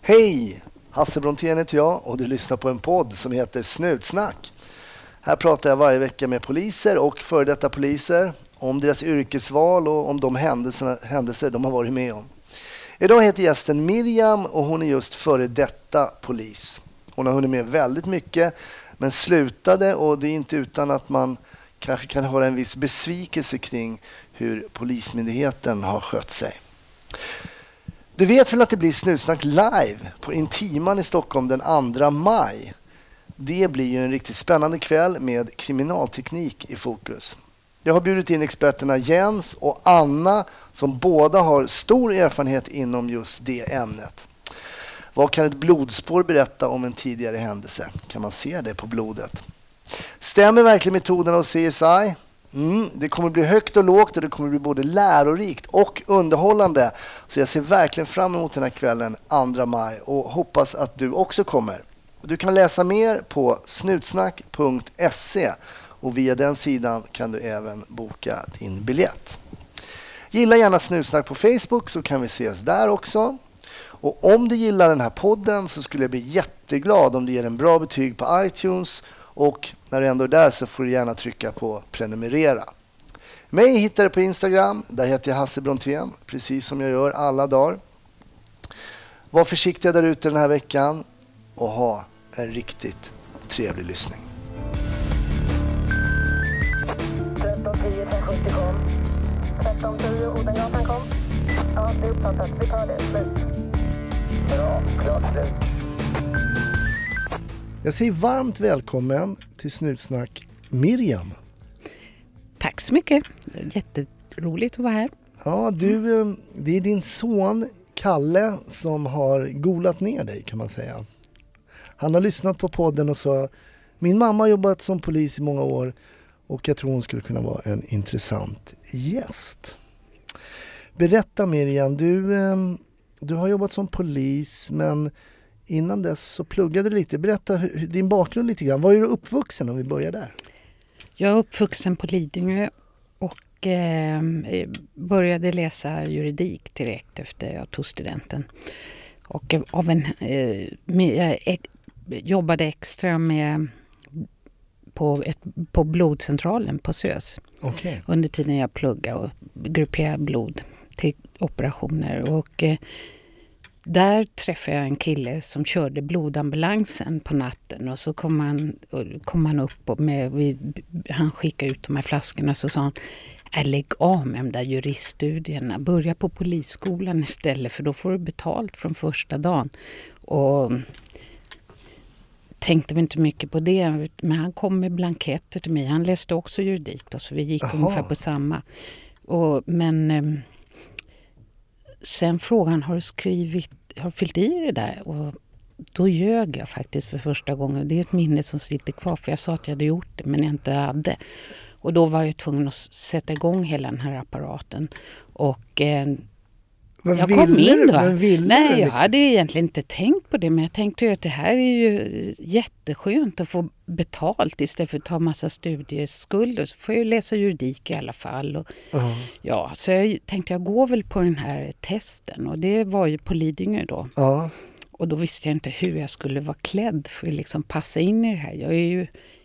Hej! Hasse Brontén heter jag och du lyssnar på en podd som heter Snutsnack. Här pratar jag varje vecka med poliser och före detta poliser om deras yrkesval och om de händelser de har varit med om. Idag heter gästen Miriam och hon är just före detta polis. Hon har hunnit med väldigt mycket men slutade, och det är inte utan att man kanske kan höra en viss besvikelse kring hur polismyndigheten har skött sig. Du vet väl att det blir Snutsnack live på Intiman i Stockholm den 2 maj. Det blir ju en riktigt spännande kväll med kriminalteknik i fokus. Jag har bjudit in experterna Jens och Anna som båda har stor erfarenhet inom just det ämnet. Vad kan ett blodspår berätta om en tidigare händelse? Kan man se det på blodet? Stämmer verkligen metoden av CSI? Det kommer bli högt och lågt och det kommer bli både lärorikt och underhållande. Så jag ser verkligen fram emot den här kvällen 2 maj och hoppas att du också kommer. Du kan läsa mer på snutsnack.se och via den sidan kan du även boka din biljett. Gilla gärna Snutsnack på Facebook så kan vi ses där också. Och om du gillar den här podden så skulle jag bli jätteglad om du ger en bra betyg på iTunes. Och när du ändå är där så får du gärna trycka på prenumerera. Mig hittar du på Instagram. Där heter jag Hasse Brontén. Precis som jag gör alla dagar. Var försiktiga där ute den här veckan. Och ha en riktigt trevlig lyssning. 1310 570 kom. 1310 Odengatan kom. Ja, det är uppfattat. Vi tar det. Slut. Bra, klart slut. Jag säger varmt välkommen till Snutsnack Miriam. Tack så mycket. Jätteroligt att vara här. Ja, det är din son Kalle som har golat ner dig kan man säga. Han har lyssnat på podden och sa: min mamma har jobbat som polis i många år och jag tror hon skulle kunna vara en intressant gäst. Berätta Miriam, du har jobbat som polis men innan dess så pluggade du lite. Berätta din bakgrund lite grann. Var är du uppvuxen om vi börjar där? Jag är uppvuxen på Lidingö och började läsa juridik direkt efter jag tog studenten. Och jag jobbade extra på blodcentralen på SÖS. Okay. Under tiden jag pluggade och grupperade blod till operationer. Och där träffade jag en kille som körde blodambulansen på natten och så kom han upp han skickade ut de här flaskorna och så sa han: lägg av med de där juriststudierna, börja på polisskolan istället för då får du betalt från första dagen. Och tänkte vi inte mycket på det, men han kom med blanketter till mig. Han läste också juridik då, så vi gick ungefär på samma. Men sen frågan har du fyllt i det där? Och då ljög jag faktiskt för första gången. Det är ett minne som sitter kvar, för jag sa att jag hade gjort det men jag inte hade. Och då var jag tvungen att sätta igång hela den här apparaten. Och jag kom in då. Nej, jag hade egentligen inte tänkt på det, men jag tänkte ju att det här är ju jätteskönt att få betalt istället för att ta massa studieskulder. Så får jag ju läsa juridik i alla fall. Och, ja, så jag tänkte jag går väl på den här testen och det var ju på Lidingö då. Och då visste jag inte hur jag skulle vara klädd för att liksom passa in i det här. Jag är ju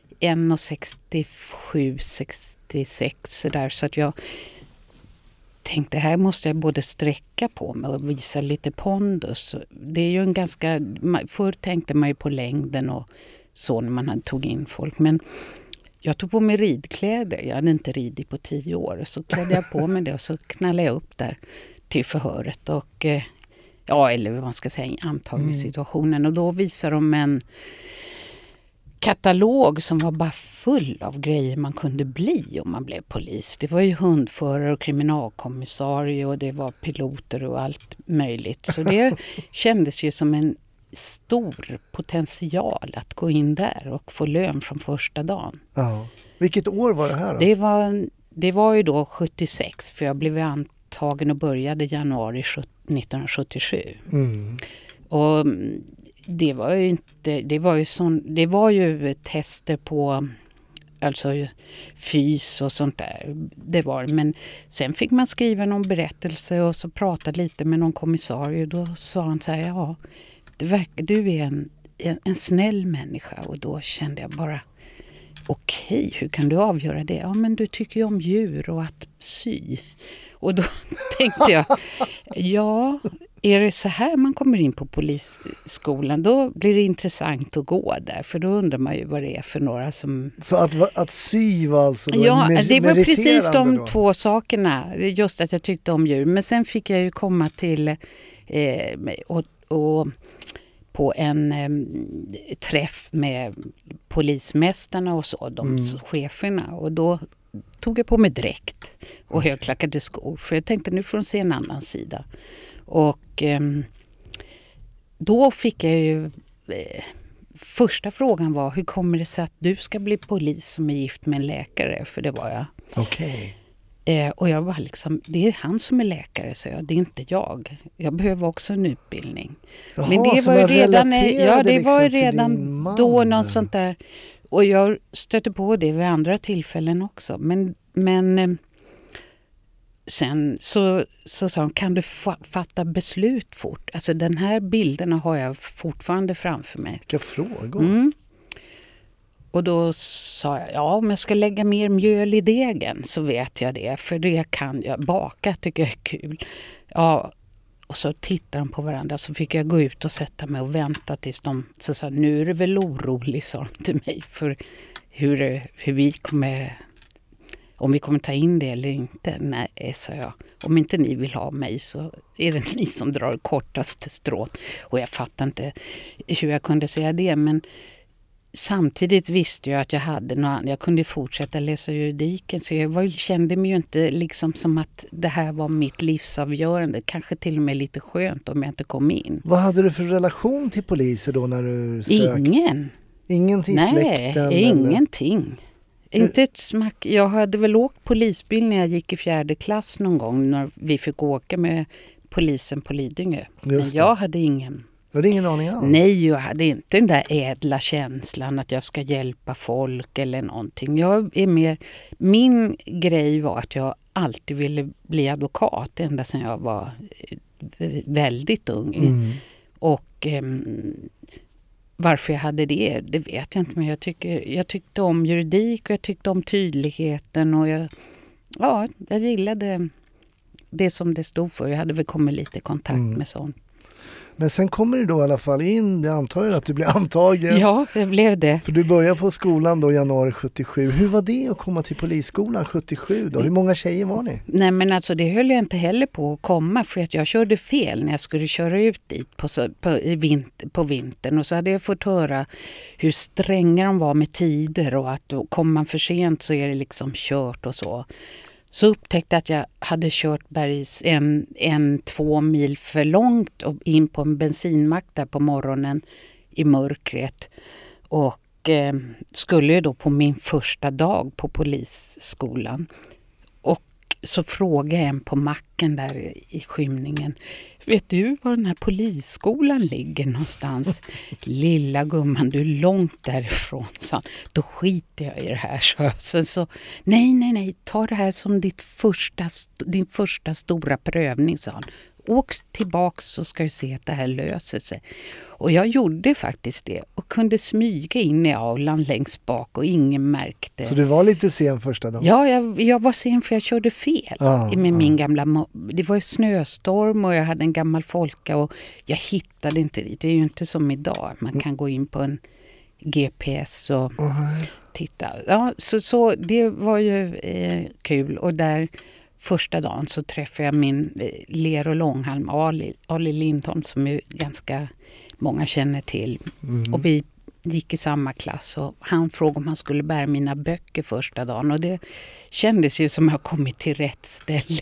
1,67-66 sådär, så att jag tänkte här måste jag både sträcka på mig och visa lite pondus. Det är ju en ganska, förr tänkte man ju på längden och så när man tog in folk, men jag tog på mig ridkläder. Jag hade inte ridit på 10 år, så klädde jag på mig det och så knallade jag upp där till förhöret och eller vad man ska säga, antagningssituationen. Och då visar de en katalog som var bara full av grejer man kunde bli om man blev polis. Det var ju hundförare och kriminalkommissarie och det var piloter och allt möjligt. Så det kändes ju som en stor potential att gå in där och få lön från första dagen. Ja. Vilket år var det här då? Det var ju då 76, för jag blev antagen och började januari 1977. Och det var ju tester på alltså fys och sånt där. Det var, men sen fick man skriva någon berättelse och så prata lite med någon kommissarie. Då sa han så här: du är en snäll människa. Och då kände jag bara, okej, hur kan du avgöra det? Ja, men du tycker ju om djur och att sy. Och då tänkte jag, ja, är det så här man kommer in på polisskolan, då blir det intressant att gå där. För då undrar man ju vad det är för några som... Så att sy var alltså då ja, det var precis de då. två sakerna. Just att jag tyckte om djur. Men sen fick jag ju komma till och på en träff med polismästarna och så, de cheferna. Och då tog jag på mig dräkt och högklackade skor. För jag tänkte, nu får de se en annan sida. Och då fick jag ju... första frågan var, hur kommer det sig att du ska bli polis som är gift med en läkare? För det var jag. Okej. Och jag var liksom, det är han som är läkare, så jag, det är inte jag. Jag behöver också en utbildning. Jaha, men det så var ju man redan, relaterade det var ju liksom till din redan man. då något sånt där. Och jag stötte på det vid andra tillfällen också. Men sen så sa de, kan du fatta beslut fort? Alltså den här bilderna har jag fortfarande framför mig. Vilka frågor? Och då sa jag, ja, om jag ska lägga mer mjöl i degen så vet jag det. För det kan jag. Baka tycker jag är kul. Ja, och så tittade de på varandra. Så fick jag gå ut och sätta mig och vänta tills de så sa, nu är det väl orolig, sa de till mig. För hur vi kommer, om vi kommer ta in det eller inte. Nej, sa jag. Om inte ni vill ha mig så är det ni som drar kortaste strået. Och jag fattar inte hur jag kunde säga det, men samtidigt visste jag att jag hade något annat. Jag kunde fortsätta läsa juridiken, så jag kände mig ju inte liksom som att det här var mitt livsavgörande. Kanske till och med lite skönt om jag inte kom in. Vad hade du för relation till poliser då när du sökte? Ingen. Ingenting? Nej, släkten? ingenting. Inte ett smack. Jag hade väl åkt polisbil när jag gick i 4:e klass någon gång när vi fick åka med polisen på Lidingö. Men jag hade ingen... Du hade ingen aning alls? Nej, jag hade inte den där ädla känslan att jag ska hjälpa folk eller någonting. Jag är mer... Min grej var att jag alltid ville bli advokat ända sedan jag var väldigt ung. Och varför jag hade det vet jag inte. Men jag tyckte om juridik och jag tyckte om tydligheten. Och jag gillade det som det stod för. Jag hade väl kommit lite i kontakt med sånt. Men sen kommer du då i alla fall in, det antar jag att du blir antagen. Ja, det blev det. För du började på skolan då januari 77. Hur var det att komma till polisskolan 77 då? Hur många tjejer var ni? Nej, men alltså det höll jag inte heller på att komma, för att jag körde fel när jag skulle köra ut dit på vintern. Och så hade jag fått höra hur stränga de var med tider och att då kommer man för sent så är det liksom kört och så. Så upptäckte jag att jag hade kört bergs 2 mil för långt och in på en bensinmack där på morgonen i mörkret. Och skulle då på min första dag på polisskolan. Och så frågade jag en på macken där i skymningen. Vet du var den här polisskolan ligger någonstans? Lilla gumman, du är långt därifrån, sa han. Då skiter jag i det här. Så nej, ta det här som din första stora prövning, sa han. Åk tillbaka så ska du se att det här löser sig. Och jag gjorde faktiskt det och kunde smyga in i aulan längst bak och ingen märkte. Så du var lite sen första dagen? Ja, jag var sen för jag körde fel med min gamla... Det var ju snöstorm och jag hade en gammal Folka och jag hittade inte dit. Det är ju inte som idag. Man kan gå in på en GPS och titta. Ja, så det var ju kul. Och där första dagen så träffade jag min ler- och långhalm Ali Lindholm, som ju ganska många känner till. Och vi gick i samma klass och han frågade om han skulle bära mina böcker första dagen. Och det kändes ju som att jag kommit till rätt ställe.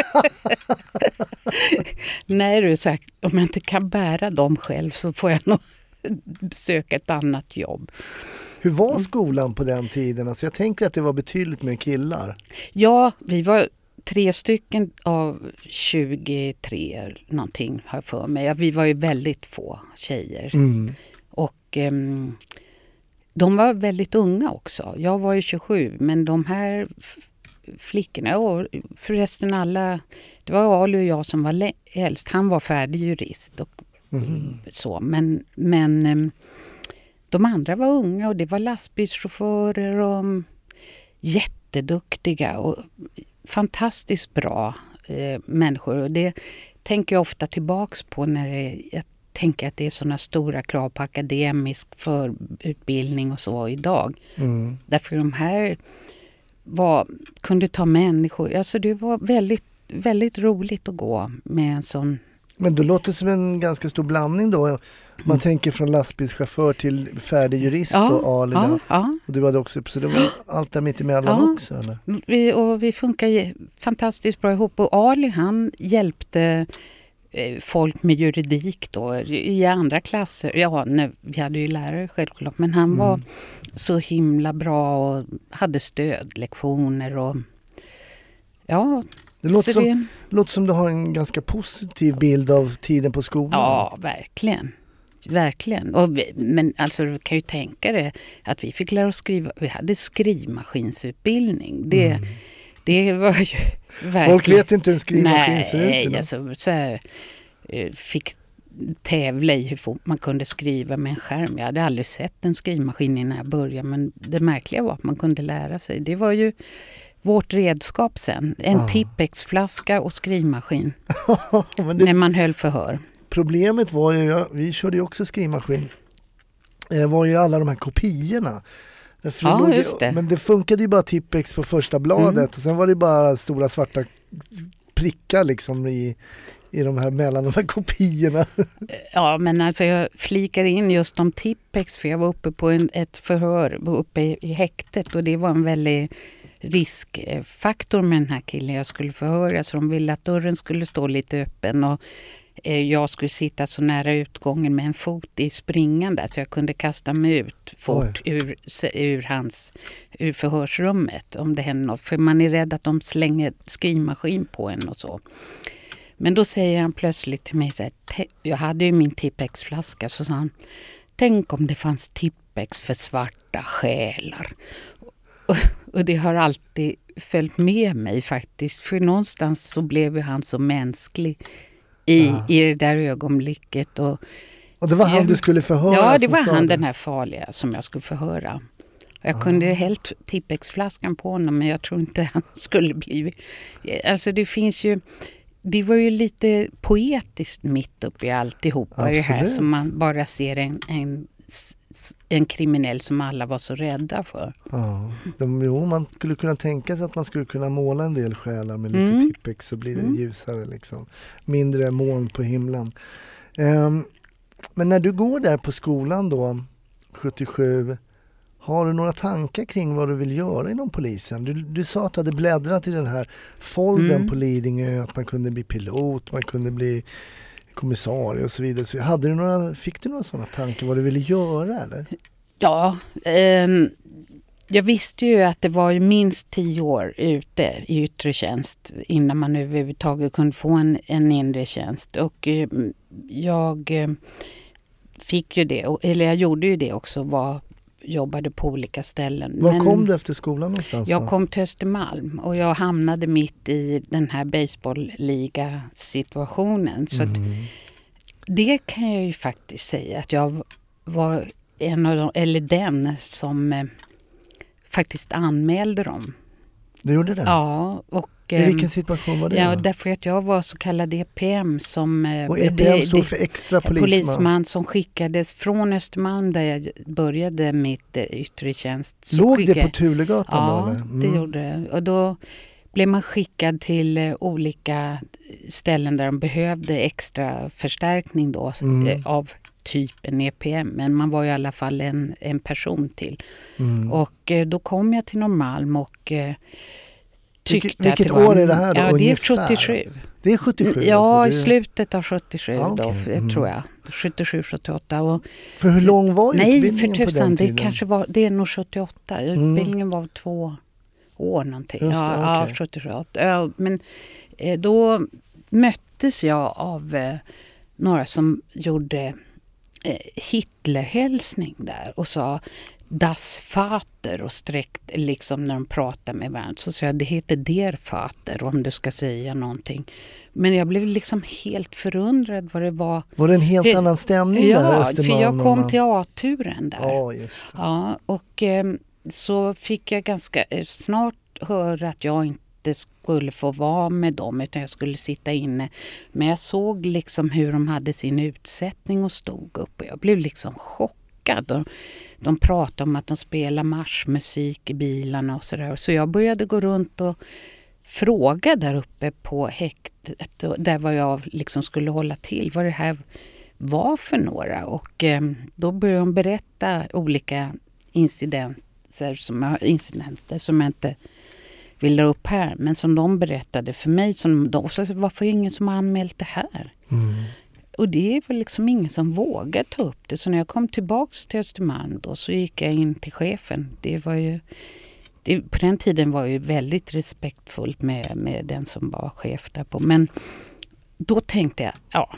Nej du, så om jag inte kan bära dem själv så får jag nog söka ett annat jobb. Hur var skolan på den tiden? Alltså jag tänker att det var betydligt mer killar. Ja, vi var 3 stycken av 23 någonting har jag för mig. Vi var ju väldigt få tjejer. Och de var väldigt unga också. Jag var ju 27, men de här flickorna, och förresten alla, det var Ali och jag som var äldst. Han var färdig jurist och Så, men de andra var unga och det var lastbilschaufförer och jätteduktiga och fantastiskt bra människor. Och det tänker jag ofta tillbaks på när jag tänker att det är sådana stora krav på akademisk förutbildning och så idag. Därför de här kunde ta människor. Alltså det var väldigt, väldigt roligt att gå med en sån. Men då låter det som en ganska stor blandning då. Man tänker från lastbilschaufför till färdig jurist och Ali. Ja. Och du hade också, så det var allt där mitt emellan också, eller? Vi funkar fantastiskt bra ihop. Och Ali, han hjälpte folk med juridik då i andra klasser. Ja, vi hade ju lärare självklart, men han var så himla bra och hade stödlektioner och det låter som du har en ganska positiv bild av tiden på skolan. Ja, verkligen. Verkligen. Men alltså du kan ju tänka dig att vi fick lära oss skriva. Vi hade skrivmaskinsutbildning. Det var ju verkligen. Folk vet inte hur en skrivmaskin ser ut. Nej, alltså, så här, fick tävla i hur fort man kunde skriva med en skärm. Jag hade aldrig sett en skrivmaskin innan jag började, men det märkliga var att man kunde lära sig. Det var ju vårt redskap sen. En Tippex-flaska och skrivmaskin. När man höll förhör. Problemet var ju, vi körde ju också skrivmaskin. Det var ju alla de här kopiorna. Just det. Men det funkade ju bara Tippex på första bladet. Och sen var det bara stora svarta prickar liksom i de här mellan de här kopiorna. Ja, men alltså jag flikar in just om Tippex för jag var uppe på ett förhör uppe i häktet och det var en väldigt riskfaktor med den här killen jag skulle förhöra, så de ville att dörren skulle stå lite öppen och jag skulle sitta så nära utgången med en fot i springande så jag kunde kasta mig ut fort ur förhörsrummet om det hände något, för man är rädd att de slänger skrivmaskin på en och så. Men då säger han plötsligt till mig så här, jag hade ju min Tippex-flaska, så sa han, tänk om det fanns Tippex för svarta själar. Och det har alltid följt med mig faktiskt. För någonstans så blev ju han så mänsklig i det där ögonblicket. Och det var han du skulle förhöra? Ja, det var han den här farliga som jag skulle förhöra. Jag kunde hällt Tippex-flaskan på honom, men jag tror inte han skulle bli. Alltså det finns ju. Det var ju lite poetiskt mitt upp i alltihopa det här som man bara ser en kriminell som alla var så rädda för. Ja, man skulle kunna tänka sig att man skulle kunna måla en del själar med lite Tippex så blir det ljusare liksom. Mindre moln på himlen. Men när du går där på skolan då, 77, har du några tankar kring vad du vill göra inom polisen? Du sa att du hade bläddrat i den här folden på Lidingö, att man kunde bli pilot, man kunde bli kommissarie och så vidare. Så fick du några sådana tankar vad du ville göra eller? Ja, jag visste ju att det var ju minst 10 år ute i yttre tjänst innan man överhuvudtaget kunde få en inre tjänst. Och jag fick ju det, eller jag gjorde ju det också, jobbade på olika ställen. Var kom du efter skolan någonstans? Jag kom till Östermalm och jag hamnade mitt i den här baseballliga-situationen. Så att det kan jag ju faktiskt säga att jag var den som faktiskt anmälde dem. Du gjorde det? Ja. Och, i vilken situation var det? Ja, därför att jag var så kallad EPM som... Och EPM står för extra polisman som skickades från Östermalm där jag började mitt yttre tjänst. Låg det på Tulegatan då? Ja, det gjorde det. Och då blev man skickad till olika ställen där de behövde extra förstärkning då av typen EPM. Men man var ju i alla fall en person till. Och då kom jag till Norrmalm och... Vilket år är det här då? Ja, det är 77. Det är 77? Ja, alltså, i slutet av 77 då, tror jag. 77-78. För hur lång var utbildningen för tusan, på den tiden? Det är nog 78. Utbildningen var 2 år någonting. Just det, ja, 78. Ja, men då möttes jag av några som gjorde Hitlerhälsning där och sa Das Vater och sträckt liksom när de pratar med varandra. Så sa jag, det heter Der Vater om du ska säga någonting. Men jag blev liksom helt förundrad vad det var. Var det en helt annan stämning där? Ja, för jag kom till A-turen där. Ja, just det. Ja, och så fick jag ganska snart höra att jag inte skulle få vara med dem utan jag skulle sitta inne. Men jag såg liksom hur de hade sin utsättning och stod upp och jag blev liksom chockad. De pratade om att de spelar marschmusik i bilarna och sådär. Så jag började gå runt och fråga där uppe på häktet där var jag liksom skulle hålla till vad det här var för några. Och då började de berätta olika incidenter som jag inte vill dra upp här. Men som de berättade för mig. Så varför är ingen som har anmält det här? Mm. Och det var liksom ingen som vågade ta upp det. Så när jag kom tillbaks till Östermalm då så gick jag in till chefen. Det var ju... på den tiden var ju väldigt respektfullt med den som var chef där på. Men då tänkte jag,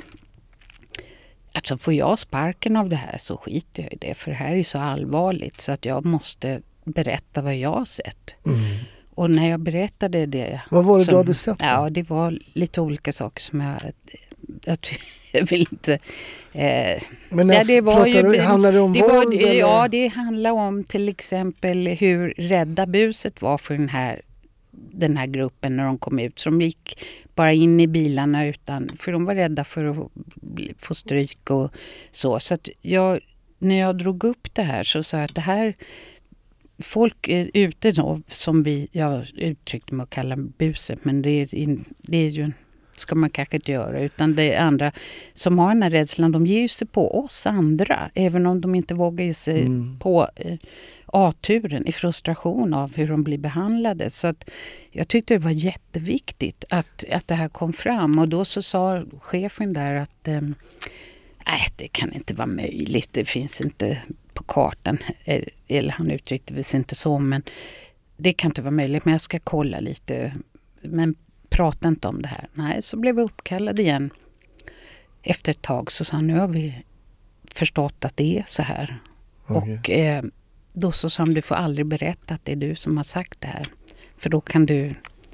alltså får jag sparken av det här så skiter jag i det. För det här är så allvarligt så att jag måste berätta vad jag har sett. Mm. Och när jag berättade det... Vad var det du hade sett? Ja, det var lite olika saker som jag vill inte... Men det var ju, handlar det om våld? Ja, det handlar om till exempel hur rädda buset var för den här gruppen när de kom ut. Så de gick bara in i bilarna för de var rädda för att få stryk och så. Så att när jag drog upp det här så sa jag att det här... Folk är ute då, som jag uttryckte mig att kalla buset, men det är ju ska man kanske inte göra, utan det är andra som har den här rädslan, de ger sig på oss andra, även om de inte vågar ge sig på A-turen i frustration av hur de blir behandlade. Så att jag tyckte det var jätteviktigt att det här kom fram, och då så sa chefen där att det kan inte vara möjligt, det finns inte på kartan, eller han uttryckte det inte så, men det kan inte vara möjligt, men jag ska kolla lite, men prata inte om det här. Nej, så blev vi uppkallade igen efter ett tag, så sa han, nu har vi förstått att det är så här. Okay. Och då så sa han, du får aldrig berätta att det är du som har sagt det här, för då kan du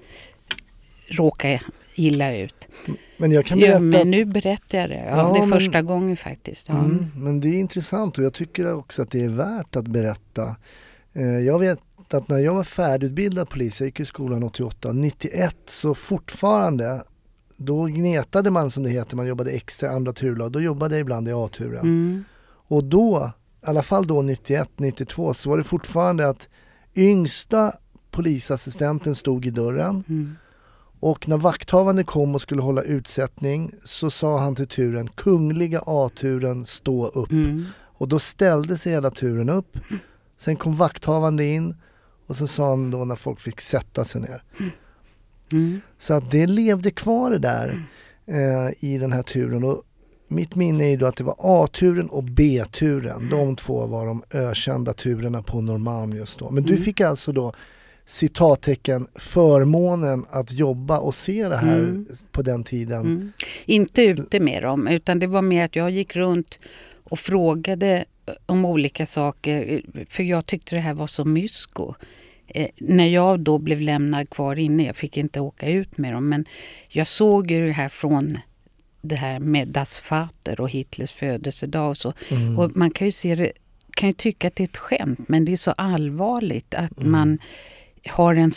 råka illa ut. Men jag kan berätta... men nu berättar jag det. Ja, det är första gången faktiskt. Ja. Men det är intressant, och jag tycker också att det är värt att berätta. Jag vet att när jag var färdigutbildad polis, jag gick i skolan 88, 91, så fortfarande, då gnetade man som det heter, man jobbade extra andra turlag, då jobbade jag ibland i A-turen. Och då, i alla fall då 91, 92, så var det fortfarande att yngsta polisassistenten stod i dörren. Och när vakthavande kom och skulle hålla utsättning så sa han till turen, kungliga A-turen, stå upp. Och då ställde sig hela turen upp. Sen kom vakthavande in och så sa han då när folk fick sätta sig ner. Så att det levde kvar det där i den här turen. Och mitt minne är ju då att det var A-turen och B-turen. De två var de ökända turerna på Norrmalm just då. Men du fick alltså då citattecken förmånen att jobba och se det här på den tiden. Inte ute med dem, utan det var mer att jag gick runt och frågade om olika saker, för jag tyckte det här var så mysko. När jag då blev lämnad kvar inne, jag fick inte åka ut med dem, men jag såg ju det här från det här med Das Vater och Hitlers födelsedag och så. Och man kan ju se det, kan ju tycka att det är ett skämt, men det är så allvarligt att man har en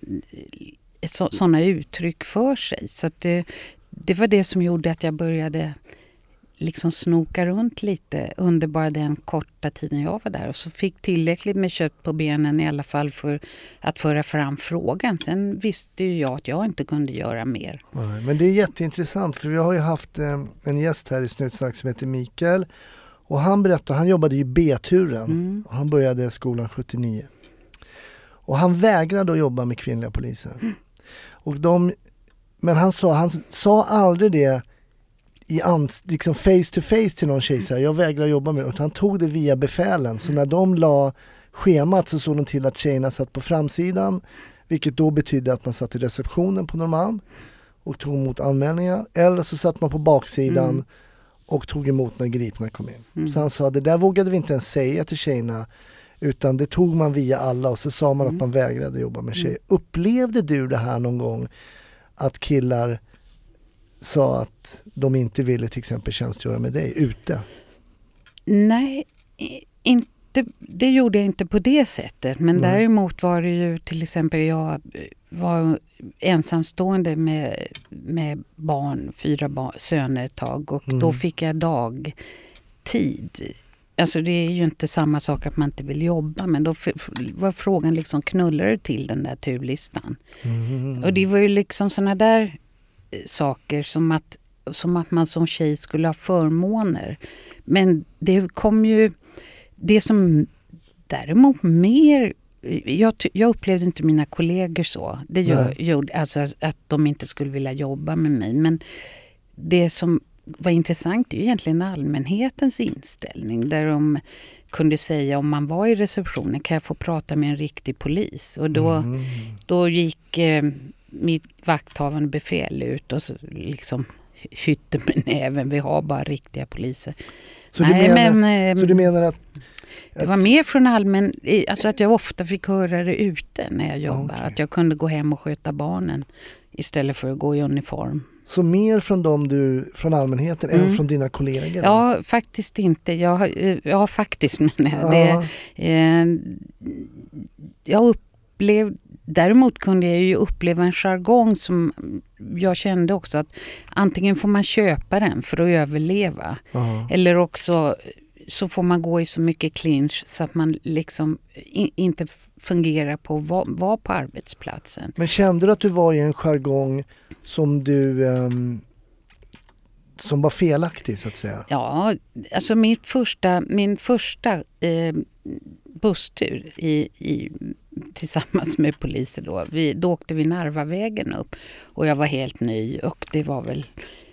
såna uttryck för sig. Så att det var det som gjorde att jag började liksom snoka runt lite under bara den korta tiden jag var där. Och så fick tillräckligt med kött på benen i alla fall för att föra fram frågan. Sen visste ju jag att jag inte kunde göra mer. Nej, men det är jätteintressant, för vi har ju haft en gäst här i Snutsnack som heter Mikael. Och han berättade, han jobbade i B-turen. Och han började skolan 79. Och han vägrade att jobba med kvinnliga poliser. Och men han sa aldrig det liksom face to face till någon tjej så här, jag vägrar jobba med det. Han tog det via befälen. Så när de la schemat så såg de till att tjejerna satt på framsidan, vilket då betydde att man satt i receptionen på Norrmalm och tog emot anmälningar. Eller så satt man på baksidan och tog emot när gripna kom in. Så han sa, det där vågade vi inte ens säga till tjejerna, Utan det tog man via alla och så sa man att man vägrade jobba med tjejer. Upplevde du det här någon gång att killar sa att de inte ville till exempel tjänstgöra med dig ute? Nej, inte, det gjorde jag inte på det sättet. Men däremot var det ju till exempel jag var ensamstående med barn, 4 söner ett tag. Och då fick jag dagtid. Alltså det är ju inte samma sak att man inte vill jobba. Men då var frågan liksom, knullar du till den där turlistan? Och det var ju liksom såna där saker som att man som tjej skulle ha förmåner. Men det kom ju, det som däremot mer, jag upplevde inte mina kollegor så. Det gjorde alltså att de inte skulle vilja jobba med mig. Men det som var intressant är ju egentligen allmänhetens inställning. Där de kunde säga, om man var i receptionen, kan jag få prata med en riktig polis? Och då gick mitt vakthavande befäl ut och så liksom hytte med näven. Vi har bara riktiga poliser. Så du menar att det var mer från allmän, alltså att jag ofta fick höra det ute när jag jobbade. Okay. Att jag kunde gå hem och sköta barnen istället för att gå i uniform. Så mer från allmänheten än från dina kollegor? Ja, faktiskt inte. Faktiskt menar jag. Jag upplevde, däremot kunde jag ju uppleva en jargong som jag kände också att antingen får man köpa den för att överleva. Eller också så får man gå i så mycket clinch så att man liksom inte fungerar på att vara på arbetsplatsen. Men kände du att du var i en jargong som som var felaktig så att säga? Ja, alltså min första busstur tillsammans med poliser då åkte vi Narvavägen upp och jag var helt ny och det var väl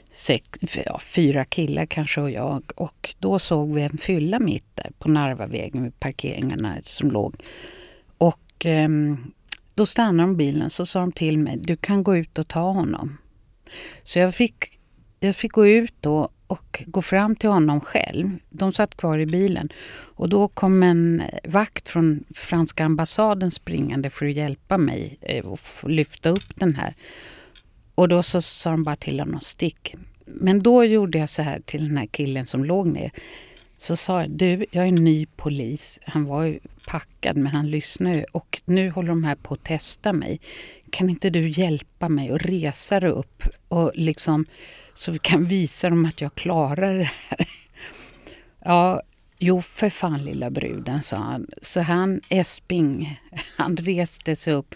4 killar kanske och jag, och då såg vi en fylla mitt där på Narvavägen med parkeringarna som låg, och då stannade de bilen, så sa de till mig, du kan gå ut och ta honom. Så jag fick gå ut då och gå fram till honom själv. De satt kvar i bilen och då kom en vakt från franska ambassaden springande för att hjälpa mig och lyfta upp den här. Och då så sa de bara till honom, stick. Men då gjorde jag så här till den här killen som låg ner. Så sa jag, du, jag är en ny polis. Han var ju packad men han lyssnade och nu håller de här på att testa mig. Kan inte du hjälpa mig och resa det upp och liksom så vi kan visa dem att jag klarar det här. Ja, jo för fan lilla bruden, sa han. Så han han reste sig upp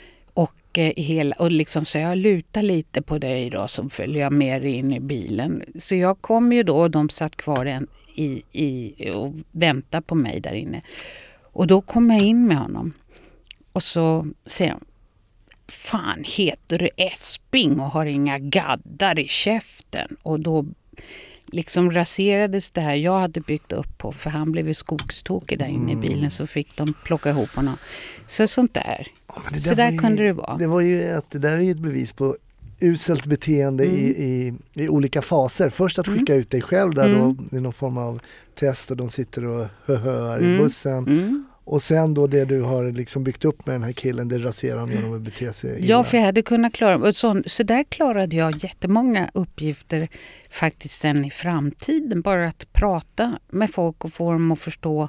och liksom så jag lutar lite på dig då, så följer jag med in i bilen. Så jag kom ju då och de satt kvar och väntade på mig där inne. Och då kom jag in med honom. Och så säger han, fan heter du Esping och har inga gaddar i käften? Och då liksom raserades det här jag hade byggt upp på, för han blev ju skogstokig där inne i bilen, så fick de plocka ihop honom. Så sånt där. Så där kunde det vara. Det var ju att det där är ju ett bevis på uselt beteende i olika faser. Först att skicka ut dig själv där då, i någon form av test och de sitter och hör i bussen. Och sen då det du har liksom byggt upp med den här killen, det raserar han genom att bete sig illa. Ja, för jag hade kunnat klara så där klarade jag jättemånga uppgifter faktiskt sen i framtiden. Bara att prata med folk och få dem att förstå.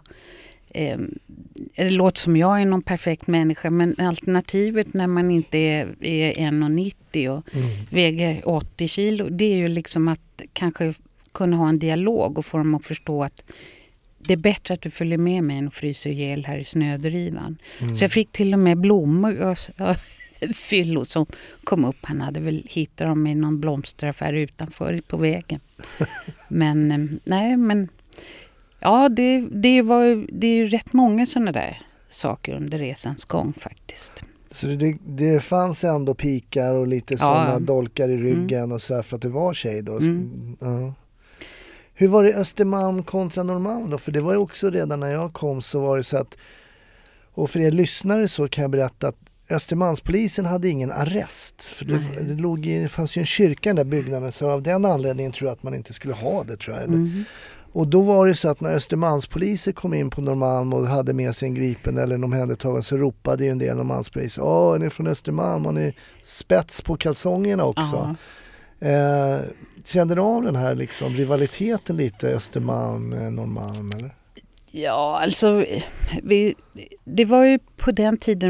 Det låter som jag är någon perfekt människa, men alternativet när man inte är 1,90 och väger 80 kilo, det är ju liksom att kanske kunna ha en dialog och få dem att förstå att det är bättre att du följer med mig än fryser ihjäl här i snödrivan. Så jag fick till och med blommor och Fyllo som kom upp. Han hade väl hittat dem i någon blomsteraffär utanför på vägen. Men ja, det är ju rätt många sådana där saker under resans gång faktiskt. Så det fanns ändå pikar och lite sådana dolkar i ryggen och sådär för att du var tjej då? Ja. Hur var det Östermalm kontra Norrmalm då? För det var ju också redan när jag kom så var det så att, och för er lyssnare så kan jag berätta att Östermalmspolisen hade ingen arrest. För det fanns ju en kyrka i den där byggnaden, så av den anledningen tror jag att man inte skulle ha det, tror jag. Och då var det så att när Östermalmspoliser kom in på Norrmalm och hade med sig en gripen eller en omhändertagen, så ropade ju en del Norrmalmspoliser: är ni från Östermalm? Har ni spets på kalsongerna också? Kände du av den här liksom rivaliteten lite, Östermalm, Norrmalm, eller? Ja, alltså det var ju på den tiden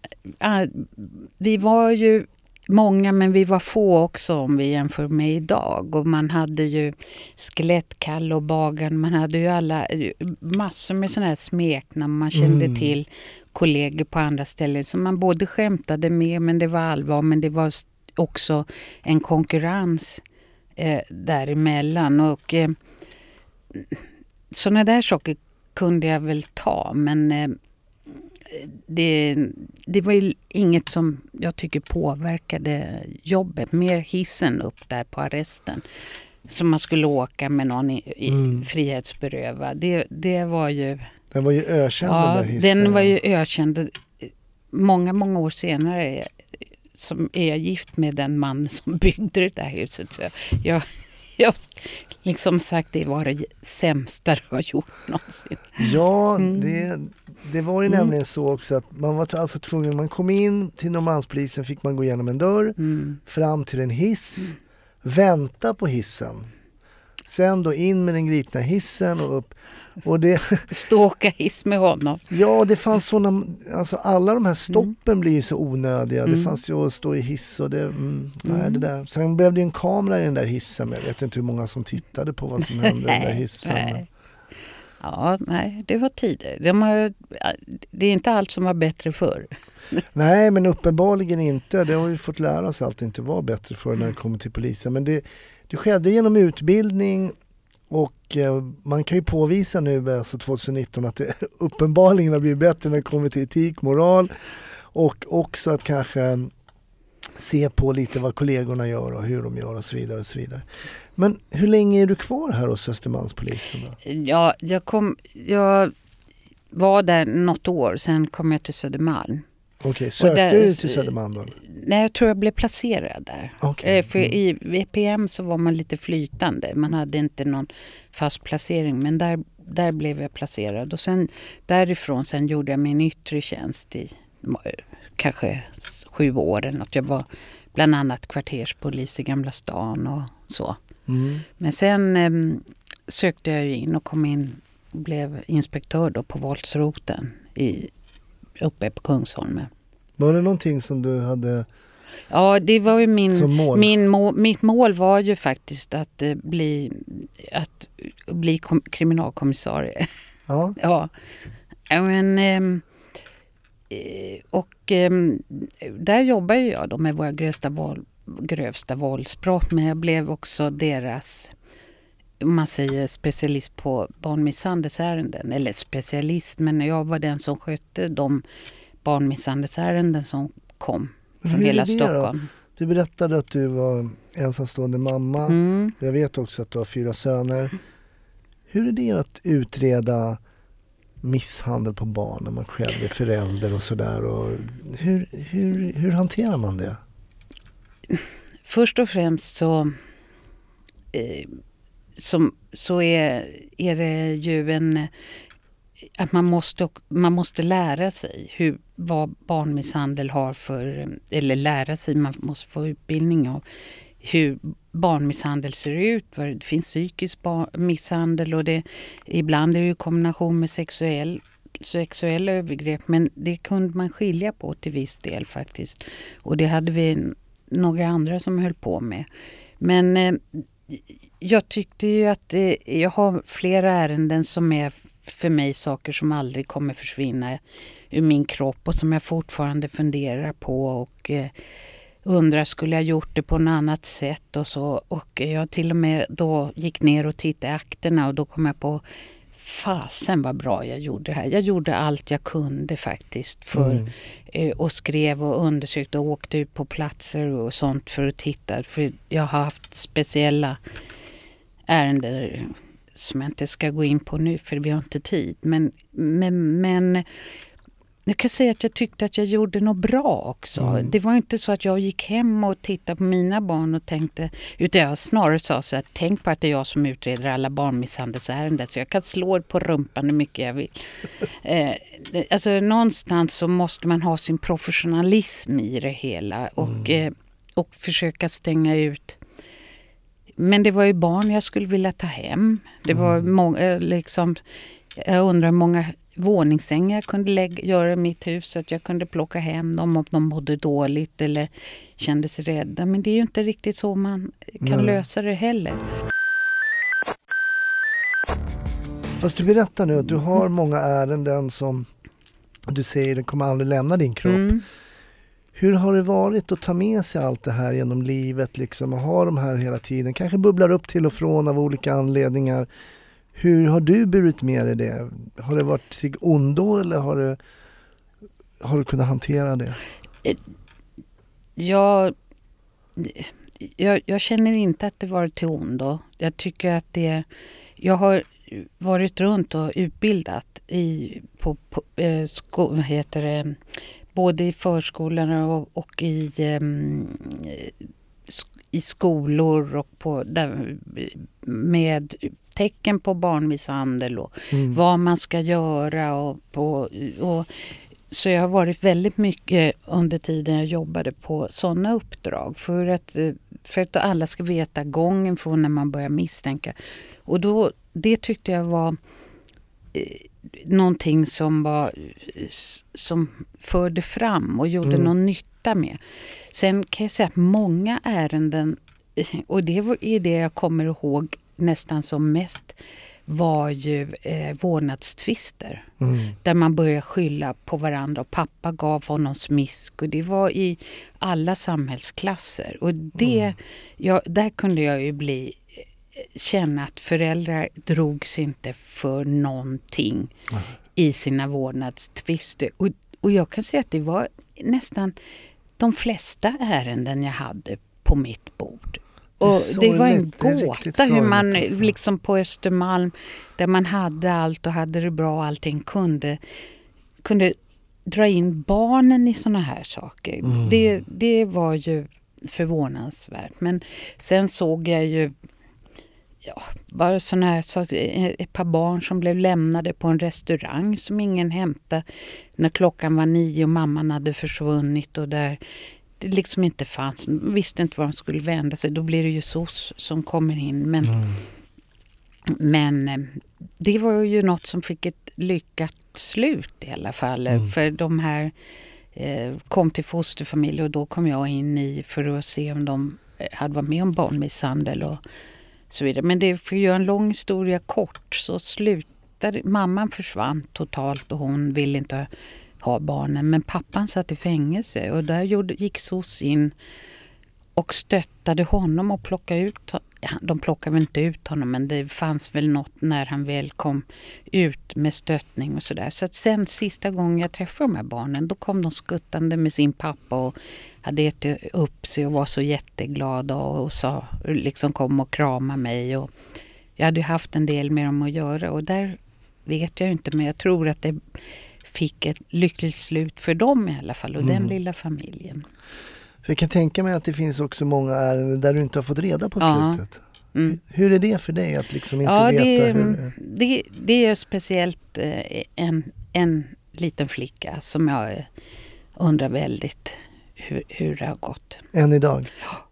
vi var ju många, men vi var få också om vi jämför med idag. Och man hade ju Skelettkalle och Bagaren, man hade ju massor med sådana här smeknamn man kände till kollegor på andra ställen. Så man både skämtade med, men det var allvar, men det var också en konkurrens däremellan. Och sådana där saker kunde jag väl ta, men det var ju inget som jag tycker påverkade jobbet. Mer hissen upp där på arresten, som man skulle åka med någon i frihetsberöva. Det var ju... Den var ju ökänd, den där hissen. Den var ju ökänd. Många år senare som är jag gift med den man som byggde det där huset. Så jag liksom sagt, det var det sämsta du har gjort någonsin. Ja, det var ju nämligen så också att man var alltså tvungen, man kom in till Norrmalmspolisen, fick man gå igenom en dörr, fram till en hiss, vänta på hissen. Sen då in med den gripna hissen och upp. Och det ståka hiss med honom. Ja, det fanns sådana, alltså alla de här stoppen blir ju så onödiga. Det fanns ju att stå i hiss och det där. Sen blev det en kamera i den där hissen, men jag vet inte hur många som tittade på vad som hände i den där hissen. Nej. Ja, nej, det var tider. Det är inte allt som var bättre förr. Nej, men uppenbarligen inte. Det har vi fått lära oss att det inte var bättre förr när det kommer till polisen. Men det skedde genom utbildning, och man kan ju påvisa nu, alltså 2019, att det uppenbarligen har blivit bättre när det kommer till etik, moral, och också att kanske se på lite vad kollegorna gör och hur de gör och så vidare och så vidare. Men hur länge är du kvar här hos Östermalmspolisen då? Ja, jag var där något år, sen kom jag till Södermalm. Okej, sökte du till Södermalm då? Nej, jag tror jag blev placerad där. Okay. För i VPM så var man lite flytande. Man hade inte någon fast placering, men där blev jag placerad. Och sen därifrån sen gjorde jag min yttre tjänst i kanske 7 år eller något. Jag var bland annat kvarterspolis i Gamla stan och så. Men sen sökte jag in och kom in och blev inspektör då på våldsroten uppe på Kungsholmen. Var det någonting som du hade? Ja, det var ju mitt mål var ju faktiskt att bli kriminalkommissarie. Ja. Ja. Men där jobbar jag då med våra grövsta våldsbrott, men jag blev också deras, man säger, specialist på barnmisshandelsärenden, eller specialist, men jag var den som skötte de barnmisshandelsärenden som kom från hela Stockholm. Då? Du berättade att du var ensamstående mamma. Jag vet också att du har 4 söner. Hur är det att utreda misshandel på barn när man själv är förälder och sådär? Och hur hanterar man det? Först och främst så är det ju att man måste lära sig vad barnmisshandel har för, eller lära sig, man måste få utbildning av hur barnmisshandel ser ut. Det finns psykisk misshandel, och ibland är det ju kombination med sexuella övergrepp, men det kunde man skilja på till viss del faktiskt. Och det hade vi några andra som höll på med. Men jag tyckte ju att jag har flera ärenden som är för mig saker som aldrig kommer försvinna ur min kropp och som jag fortfarande funderar på och undrar, skulle jag gjort det på något annat sätt och så. Och jag till och med då gick ner och tittade i akterna, och då kom jag på, fasen vad bra jag gjorde det här. Jag gjorde allt jag kunde faktiskt och skrev och undersökte och åkte ut på platser och sånt för att titta. För jag har haft speciella ärenden som jag inte ska gå in på nu för vi har inte tid. Men Jag kan säga att jag tyckte att jag gjorde något bra också. Det var inte så att jag gick hem och tittade på mina barn och tänkte, utan jag snarare sa så att tänk på att det är jag som utreder alla barnmisshandelsärenden så jag kan slå på rumpan hur mycket jag vill. Alltså någonstans så måste man ha sin professionalism i det hela och försöka stänga ut. Men det var ju barn jag skulle vilja ta hem. Det var många, liksom, jag undrar hur många våningssängar jag kunde göra i mitt hus så att jag kunde plocka hem dem om de mådde dåligt eller kände sig rädda. Men det är ju inte riktigt så man kan lösa det heller. Fast du berättar nu att du har många ärenden som du säger den kommer aldrig lämna din kropp. Hur har det varit att ta med sig allt det här genom livet liksom, och ha de här hela tiden? Kanske bubblar upp till och från av olika anledningar. Hur har du burit med dig det? Har det varit sig ondo eller har du kunnat hantera det? Jag känner inte att det varit till ondo. Jag tycker att jag har varit runt och utbildat både i förskolorna och i skolor och med tecken på barnmisshandel och vad man ska göra så jag har varit väldigt mycket under tiden jag jobbade på sådana uppdrag för att alla ska veta gången från när man börjar misstänka. Och det tyckte jag var någonting som förde fram och gjorde någon nytta med. Sen kan jag säga att många ärenden, och det är det jag kommer ihåg nästan som mest, var ju vårdnadstvister. Där man började skylla på varandra och pappa gav honom smisk och det var i alla samhällsklasser. Och där kunde jag ju känna att föräldrar drogs inte för någonting i sina vårdnadstvister. Och jag kan säga att det var nästan de flesta ärenden jag hade på mitt bord. Och det var en gåta hur man liksom på Östermalm där man hade allt och hade det bra och allting kunde dra in barnen i såna här saker. Det var ju förvånansvärt. Men sen såg jag ju bara såna här saker, ett par barn som blev lämnade på en restaurang som ingen hämtade när klockan var 9 och mamman hade försvunnit och där det liksom inte fanns, visste inte var de skulle vända sig. Då blir det ju SOS som kommer in. Men det var ju något som fick ett lyckat slut i alla fall. För de här kom till fosterfamilj och då kom jag in för att se om de hade varit med om barnmisshandel och så vidare. Men det för att göra en lång historia kort så slutade, mamman försvann totalt och hon ville inte ha barnen. Men pappan satt i fängelse och där gick SOS in och stöttade honom och plockade ut. De plockade väl inte ut honom men det fanns väl något när han väl kom ut med stöttning och sådär. Så att sen sista gången jag träffade de här barnen då kom de skuttande med sin pappa och hade ätit upp sig och var så jätteglada och sa, liksom kom och krama mig. Och jag hade haft en del med dem att göra och där vet jag inte men jag tror att det fick ett lyckligt slut för dem i alla fall och den lilla familjen. För jag kan tänka mig att det finns också många ärenden där du inte har fått reda på slutet. Hur är det för dig att liksom inte veta hur... Det är speciellt en liten flicka som jag undrar väldigt hur det har gått. Än idag? Ja.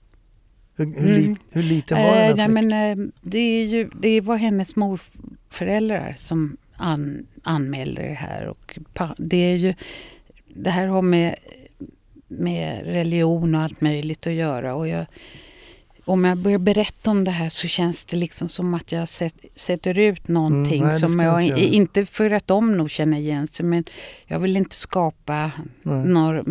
Hur liten var den här flickan? Det var hennes morföräldrar som anmälde det här och det här har med religion och allt möjligt att göra och om jag börjar berätta om det här så känns det liksom som att jag sätter ut någonting som jag inte för att de nog känner igen sig men jag vill inte skapa några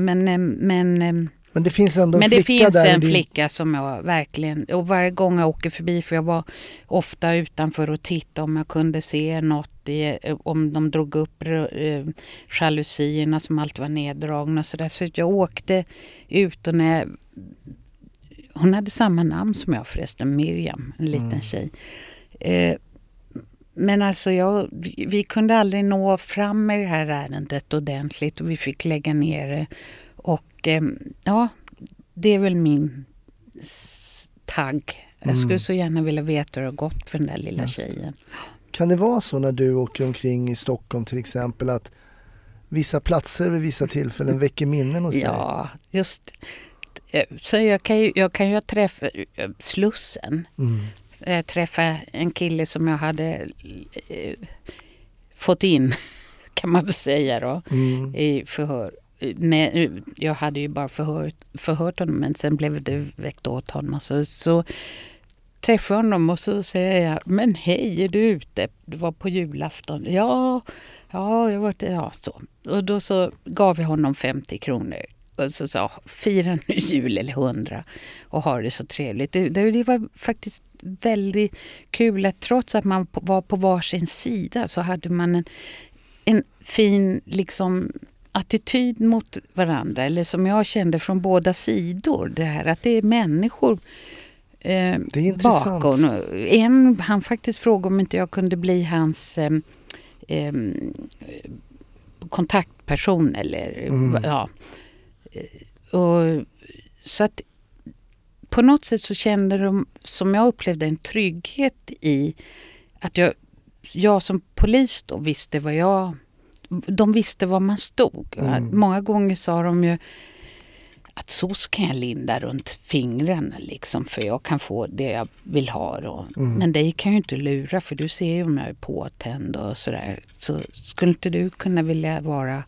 men det finns ändå en flicka som jag verkligen, och varje gång jag åker förbi, för jag var ofta utanför och tittade om jag kunde se något, om de drog upp jalusierna som alltid var neddragna. Så jag åkte ut och hon hade samma namn som jag förresten, Miriam, en liten tjej. Men alltså vi kunde aldrig nå fram med det här ärendet ordentligt och vi fick lägga ner det. Och ja, det är väl min tagg. Jag skulle så gärna vilja veta hur det har gått för den där lilla tjejen. Kan det vara så när du åker omkring i Stockholm till exempel att vissa platser vid vissa tillfällen väcker minnen hos dig? Ja, just. Så jag kan ju träffa Slussen. Jag träffade en kille som jag hade fått in, kan man väl säga då, i förhör. Men jag hade ju bara förhört honom, men sen blev det väckt åt honom. Så träffade jag honom och så säger jag, men hej, är du ute? Det var på julafton. Ja, jag var där, ja, så. Och då så gav jag honom 50 kronor. Och så sa, fira nu jul eller 100 och ha det så trevligt. Det var faktiskt väldigt kul att trots att man var på varsin sida så hade man en fin liksom attityd mot varandra. Eller som jag kände från båda sidor. Det här att det är människor det är intressant. Bakom. Han faktiskt frågade om inte jag kunde bli hans kontaktperson. Eller, ja. Och, så att på något sätt så kände de, som jag upplevde, en trygghet i att jag som polis då visste de visste var man stod. Många gånger sa de ju att så kan jag linda runt fingrarna liksom, för jag kan få det jag vill ha då. Men det kan ju inte lura, för du ser ju om jag är påtänd och sådär. Så skulle inte du kunna vilja vara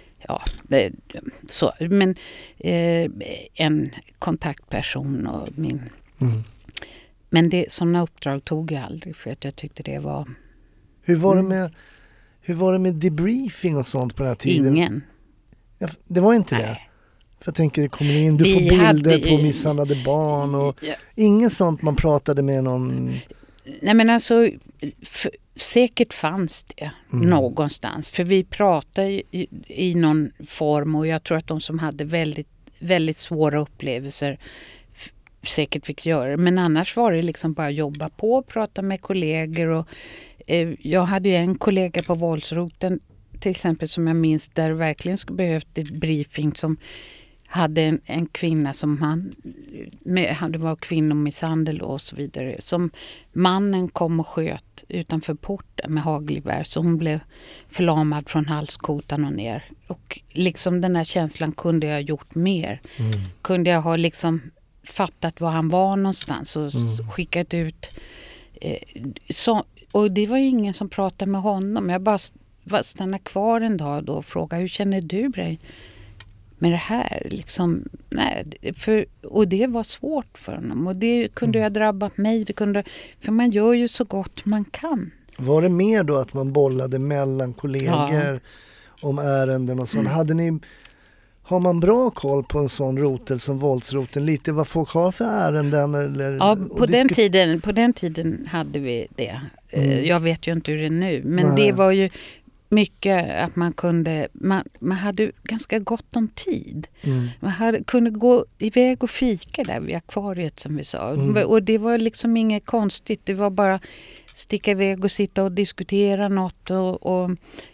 så, men en kontaktperson och min. Men sådana uppdrag tog jag aldrig, för att jag tyckte det var. Hur var det med debriefing och sånt på den här tiden? Ingen. Ja, det var inte det. För jag tänker, det kommer in, du får bilder på misshandlade barn och inget sånt man pratade med någon. Nej, men alltså säkert fanns det någonstans. För vi pratade i någon form, och jag tror att de som hade väldigt, väldigt svåra upplevelser säkert fick göra det. Men annars var det liksom bara jobba på och prata med kollegor. Och, jag hade ju en kollega på våldsroten till exempel som jag minns, där verkligen skulle behövt ett briefing, som hade en kvinna som det var kvinnomisshandel och så vidare, som mannen kom och sköt utanför porten med hagelgevär, så hon blev förlamad från halskotan och ner. Och liksom den här känslan, kunde jag ha gjort mer? Kunde jag ha liksom fattat var han var någonstans och skickat ut så, och det var ju ingen som pratade med honom. Jag bara stannade kvar en dag då och frågade, hur känner du dig med det här? Liksom, nej, och det var svårt för honom. Och det kunde jag drabba mig. För man gör ju så gott man kan. Var det mer då att man bollade mellan kollegor om ärenden och sånt? Har man bra koll på en sån rotel som våldsroten? Lite vad folk har för ärenden? Eller, ja, på den tiden hade vi det. Jag vet ju inte hur det är nu. Men det var ju mycket att man hade ganska gott om tid. Man kunde gå iväg och fika där vid akvariet, som vi sa. Och det var liksom inget konstigt. Det var bara sticka iväg och sitta och diskutera något. Och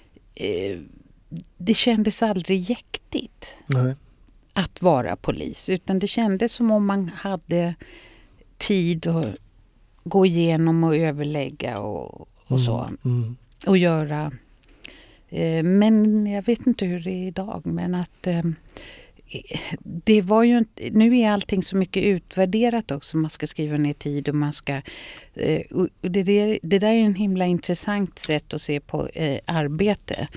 det kändes aldrig jäktigt att vara polis. Utan det kändes som om man hade tid att gå igenom och överlägga och så. Och göra. Men jag vet inte hur det är idag. Men att det var ju inte, nu är allting så mycket utvärderat också. Man ska skriva ner tid och man ska. Det där är en himla intressant sätt att se på arbete.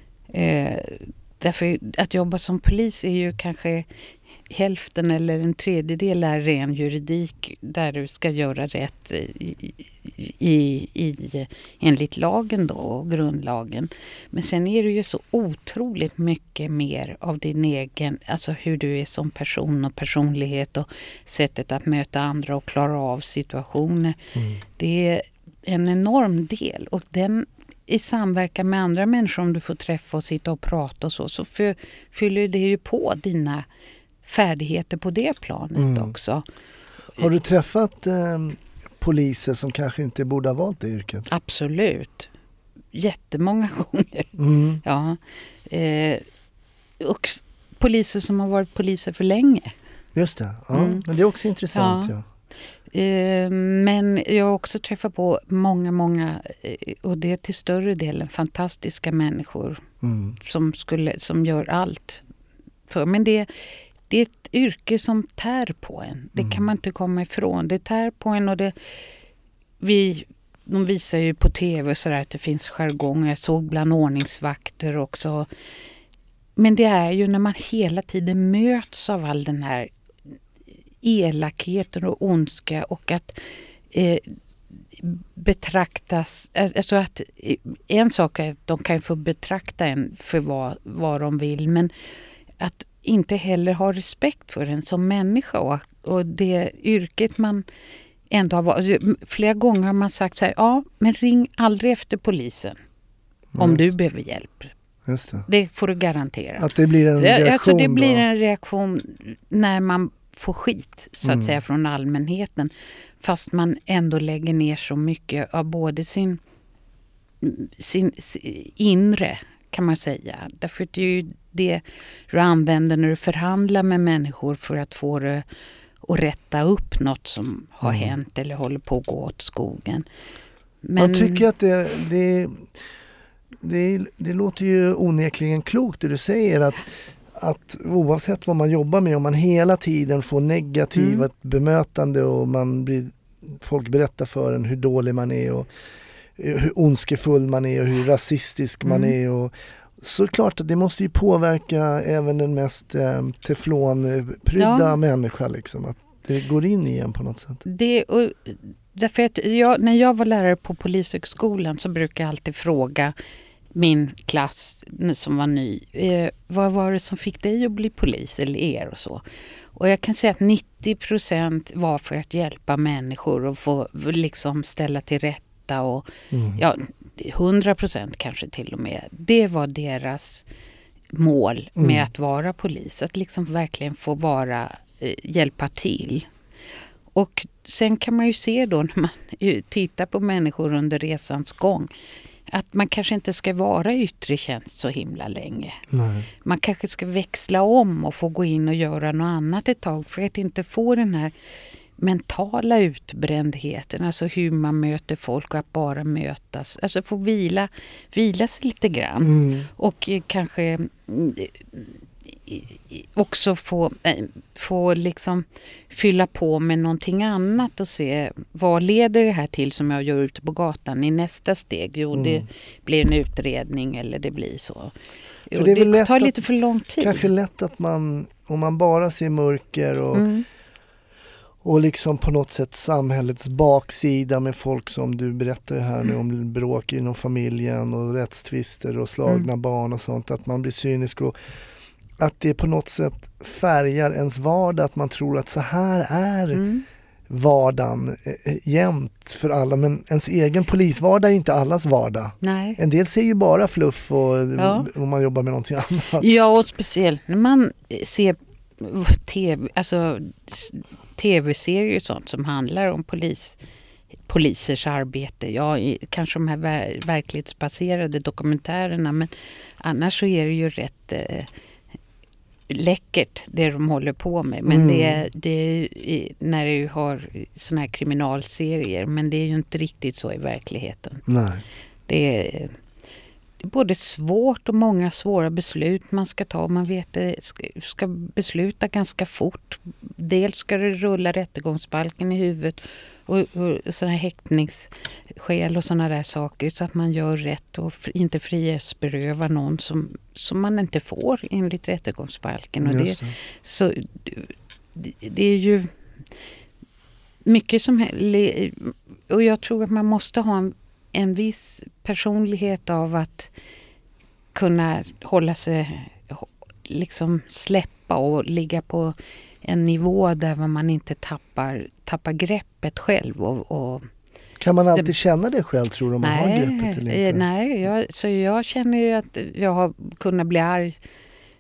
Därför att jobba som polis är ju kanske hälften eller en tredjedel är ren juridik, där du ska göra rätt enligt lagen då, och grundlagen. Men sen är det ju så otroligt mycket mer av din egen, alltså hur du är som person och personlighet och sättet att möta andra och klara av situationer. Det är en enorm del, och den i samverkan med andra människor, om du får träffa och sitta och prata och så fyller det ju på dina färdigheter på det planet också. Har du träffat poliser som kanske inte borde ha valt det yrket? Absolut. Jättemånga gånger. Ja. Och poliser som har varit poliser för länge. Just det. Ja. Men det är också intressant. Ja. Men jag har också träffat på många, och det är till större delen fantastiska människor som gör allt. Men det är ett yrke som tär på en. Det kan man inte komma ifrån. Det tär på en, och de visar ju på tv så där att det finns jargong. Jag såg bland ordningsvakter också. Men det är ju när man hela tiden möts av all den här elakheten och ondska, och att betraktas, alltså att en sak är att de kan få betrakta en för vad de vill, men att inte heller ha respekt för en som människa, och det yrket man ändå har varit. Flera gånger har man sagt så här: ja, men ring aldrig efter polisen om du behöver hjälp. Just det. Det får du garantera. Att det blir en reaktion. Alltså det blir en reaktion när man får skit så att säga från allmänheten, fast man ändå lägger ner så mycket av både sin inre, kan man säga. Därför att det är ju det du använder när du förhandlar med människor för att få det att rätta upp något som har hänt eller håller på att gå åt skogen. Men jag tycker att det låter ju onekligen klokt det du säger, att oavsett vad man jobbar med, om man hela tiden får negativa bemötande och folk berättar för en hur dålig man är och hur ondskefull man är och hur rasistisk man är, och så klart att det måste ju påverka även den mest teflonprydda människa liksom, att det går in i en på något sätt. Därför att när jag var lärare på Polishögskolan så brukade jag alltid fråga min klass som var ny, vad var det som fick dig att bli polis eller er och så. Och jag kan säga att 90% var för att hjälpa människor och få liksom ställa till rätta, och 100% kanske till och med. Det var deras mål med att vara polis, att liksom verkligen få hjälpa till. Och sen kan man ju se då när man tittar på människor under resans gång att man kanske inte ska vara i yttre tjänst så himla länge. Nej. Man kanske ska växla om och få gå in och göra något annat ett tag för att inte få den här mentala utbrändheten, alltså hur man möter folk och att bara mötas. Alltså få vila sig lite grann och kanske också få liksom fylla på med någonting annat och se vad leder det här till som jag gör ute på gatan i nästa steg. Jo, det blir en utredning eller det blir så. För det tar lite för lång tid. Kanske lätt att om man bara ser mörker och liksom på något sätt samhällets baksida med folk som du berättar här nu om bråk inom familjen och rättstvister och slagna barn och sånt, att man blir cynisk och att det på något sätt färgar ens vardag, att man tror att så här är vardagen jämt för alla, men ens egen polisvardag är inte allas vardag. Nej. En del ser ju bara fluff och om man jobbar med någonting annat. Ja, och speciellt när man ser tv-serier och sånt som handlar om polisers arbete. Ja, kanske de här verklighetsbaserade dokumentärerna, men annars så är det ju rätt läckert det de håller på med. Men det är när du har såna här kriminalserier, men det är ju inte riktigt så i verkligheten. Nej. Det är både svårt och många svåra beslut man ska ta. Man vet att ska besluta ganska fort. Dels ska det rulla rättegångsbalken i huvudet och sådana här häktningsskäl och sådana där saker, så att man gör rätt och inte frihetsberöva någon som man inte får enligt rättegångsbalken. Och det är ju mycket som och jag tror att man måste ha en viss personlighet av att kunna hålla sig, liksom släppa och ligga på en nivå där man inte tappar greppet själv. Och kan man alltid känna det själv, tror du, om man har greppet eller inte? Nej, jag känner ju att jag har kunnat bli arg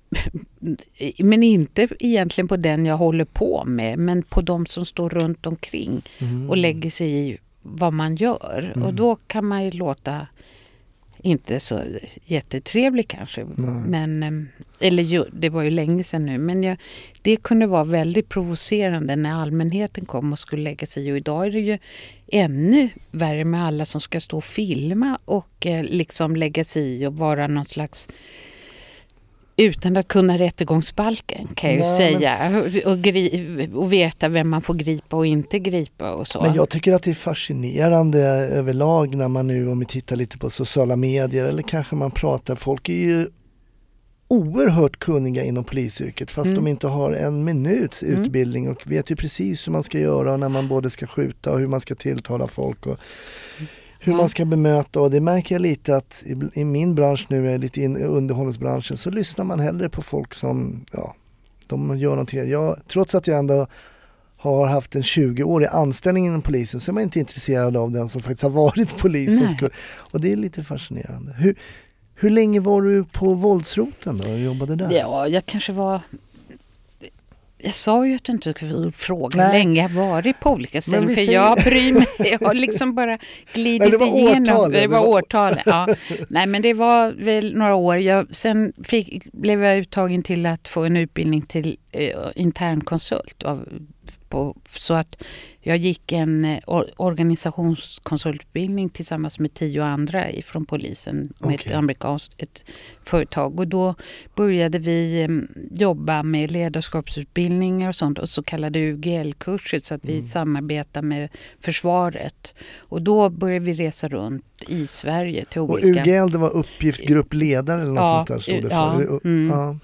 Men inte egentligen på den jag håller på med, men på de som står runt omkring och lägger sig i vad man gör. Och då kan man ju låta inte så jättetrevlig kanske. Men, det var ju länge sedan nu. Men det kunde vara väldigt provocerande när allmänheten kom och skulle lägga sig i. Och idag är det ju ännu värre med alla som ska stå och filma och liksom lägga sig i och vara någon slags... Utan att kunna rättegångsbalken kan jag ju säga. Och veta vem man får gripa och inte gripa och så. Men jag tycker att det är fascinerande överlag när man nu, om vi tittar lite på sociala medier eller kanske man pratar, folk är ju oerhört kunniga inom polisyrket fast de inte har en minuts utbildning och vet ju precis hur man ska göra när man både ska skjuta och hur man ska tilltala folk och hur man ska bemöta, och det märker jag lite att i min bransch nu, är lite i underhållningsbranschen, så lyssnar man hellre på folk som, de gör någonting. Trots att jag ändå har haft en 20-årig anställning inom polisen så är man inte intresserad av den som faktiskt har varit polis. Och det är lite fascinerande. Hur länge var du på våldsroten då och jobbade där? Ja, jag kanske var... Jag sa ju att du inte skulle fråga länge jag varit på olika ställen. För jag bryr mig. Jag har liksom bara glidit igenom. Det var årtal. Ja. Nej, men det var väl några år. Sen blev jag uttagen till att få en utbildning till internkonsult. Så att jag gick en organisationskonsultutbildning tillsammans med 10 andra från polisen med ett amerikanskt företag. Och då började vi jobba med ledarskapsutbildningar och sånt och så kallade UGL-kurser så att vi samarbetar med försvaret. Och då började vi resa runt i Sverige till olika... Och UGL, det var uppgift gruppledare eller något sånt där stod det för?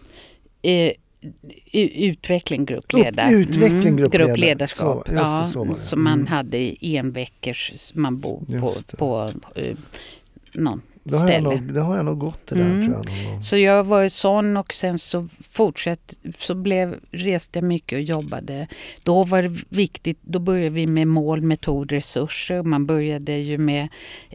Utveckling, gruppledare. Utveckling, gruppledarskap. Så som man hade i en veckors man bor på någon ställe. Det har jag nog gått det där tror jag. Så jag var sån och sen så reste jag mycket och jobbade. Då var det viktigt, då började vi med mål, metod, resurser. Man började ju med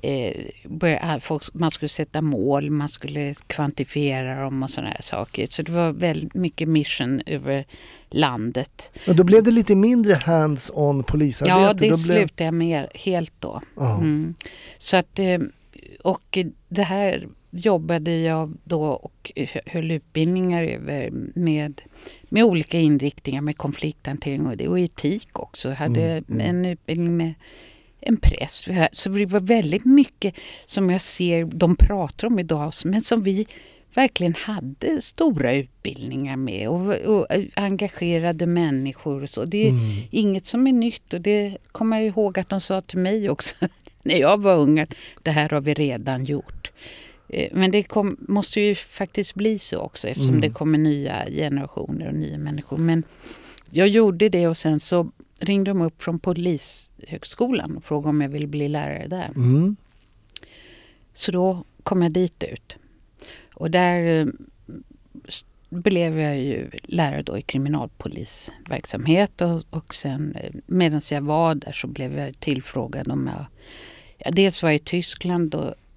man skulle sätta mål, man skulle kvantifiera dem och såna här saker. Så det var väldigt mycket mission över landet. Och då blev det lite mindre hands-on polisarbete? Ja, det slutade jag med helt då. Så att och det här jobbade jag då och höll utbildningar över med olika inriktningar med konflikthantering och etik också. Jag hade en utbildning med en präst. Så det var väldigt mycket som jag ser de pratar om idag men som vi verkligen hade stora utbildningar med och engagerade människor och så. Det är inget som är nytt och det kommer jag ihåg att de sa till mig också när jag var ung att det här har vi redan gjort. Men det måste ju faktiskt bli så också eftersom det kommer nya generationer och nya människor. Men jag gjorde det och sen så ringde de upp från polishögskolan och frågade om jag ville bli lärare där. Så då kom jag dit ut. Och där blev jag ju lärare då i kriminalpolisverksamhet och sen medan jag var där så blev jag tillfrågad om dels var jag i Tyskland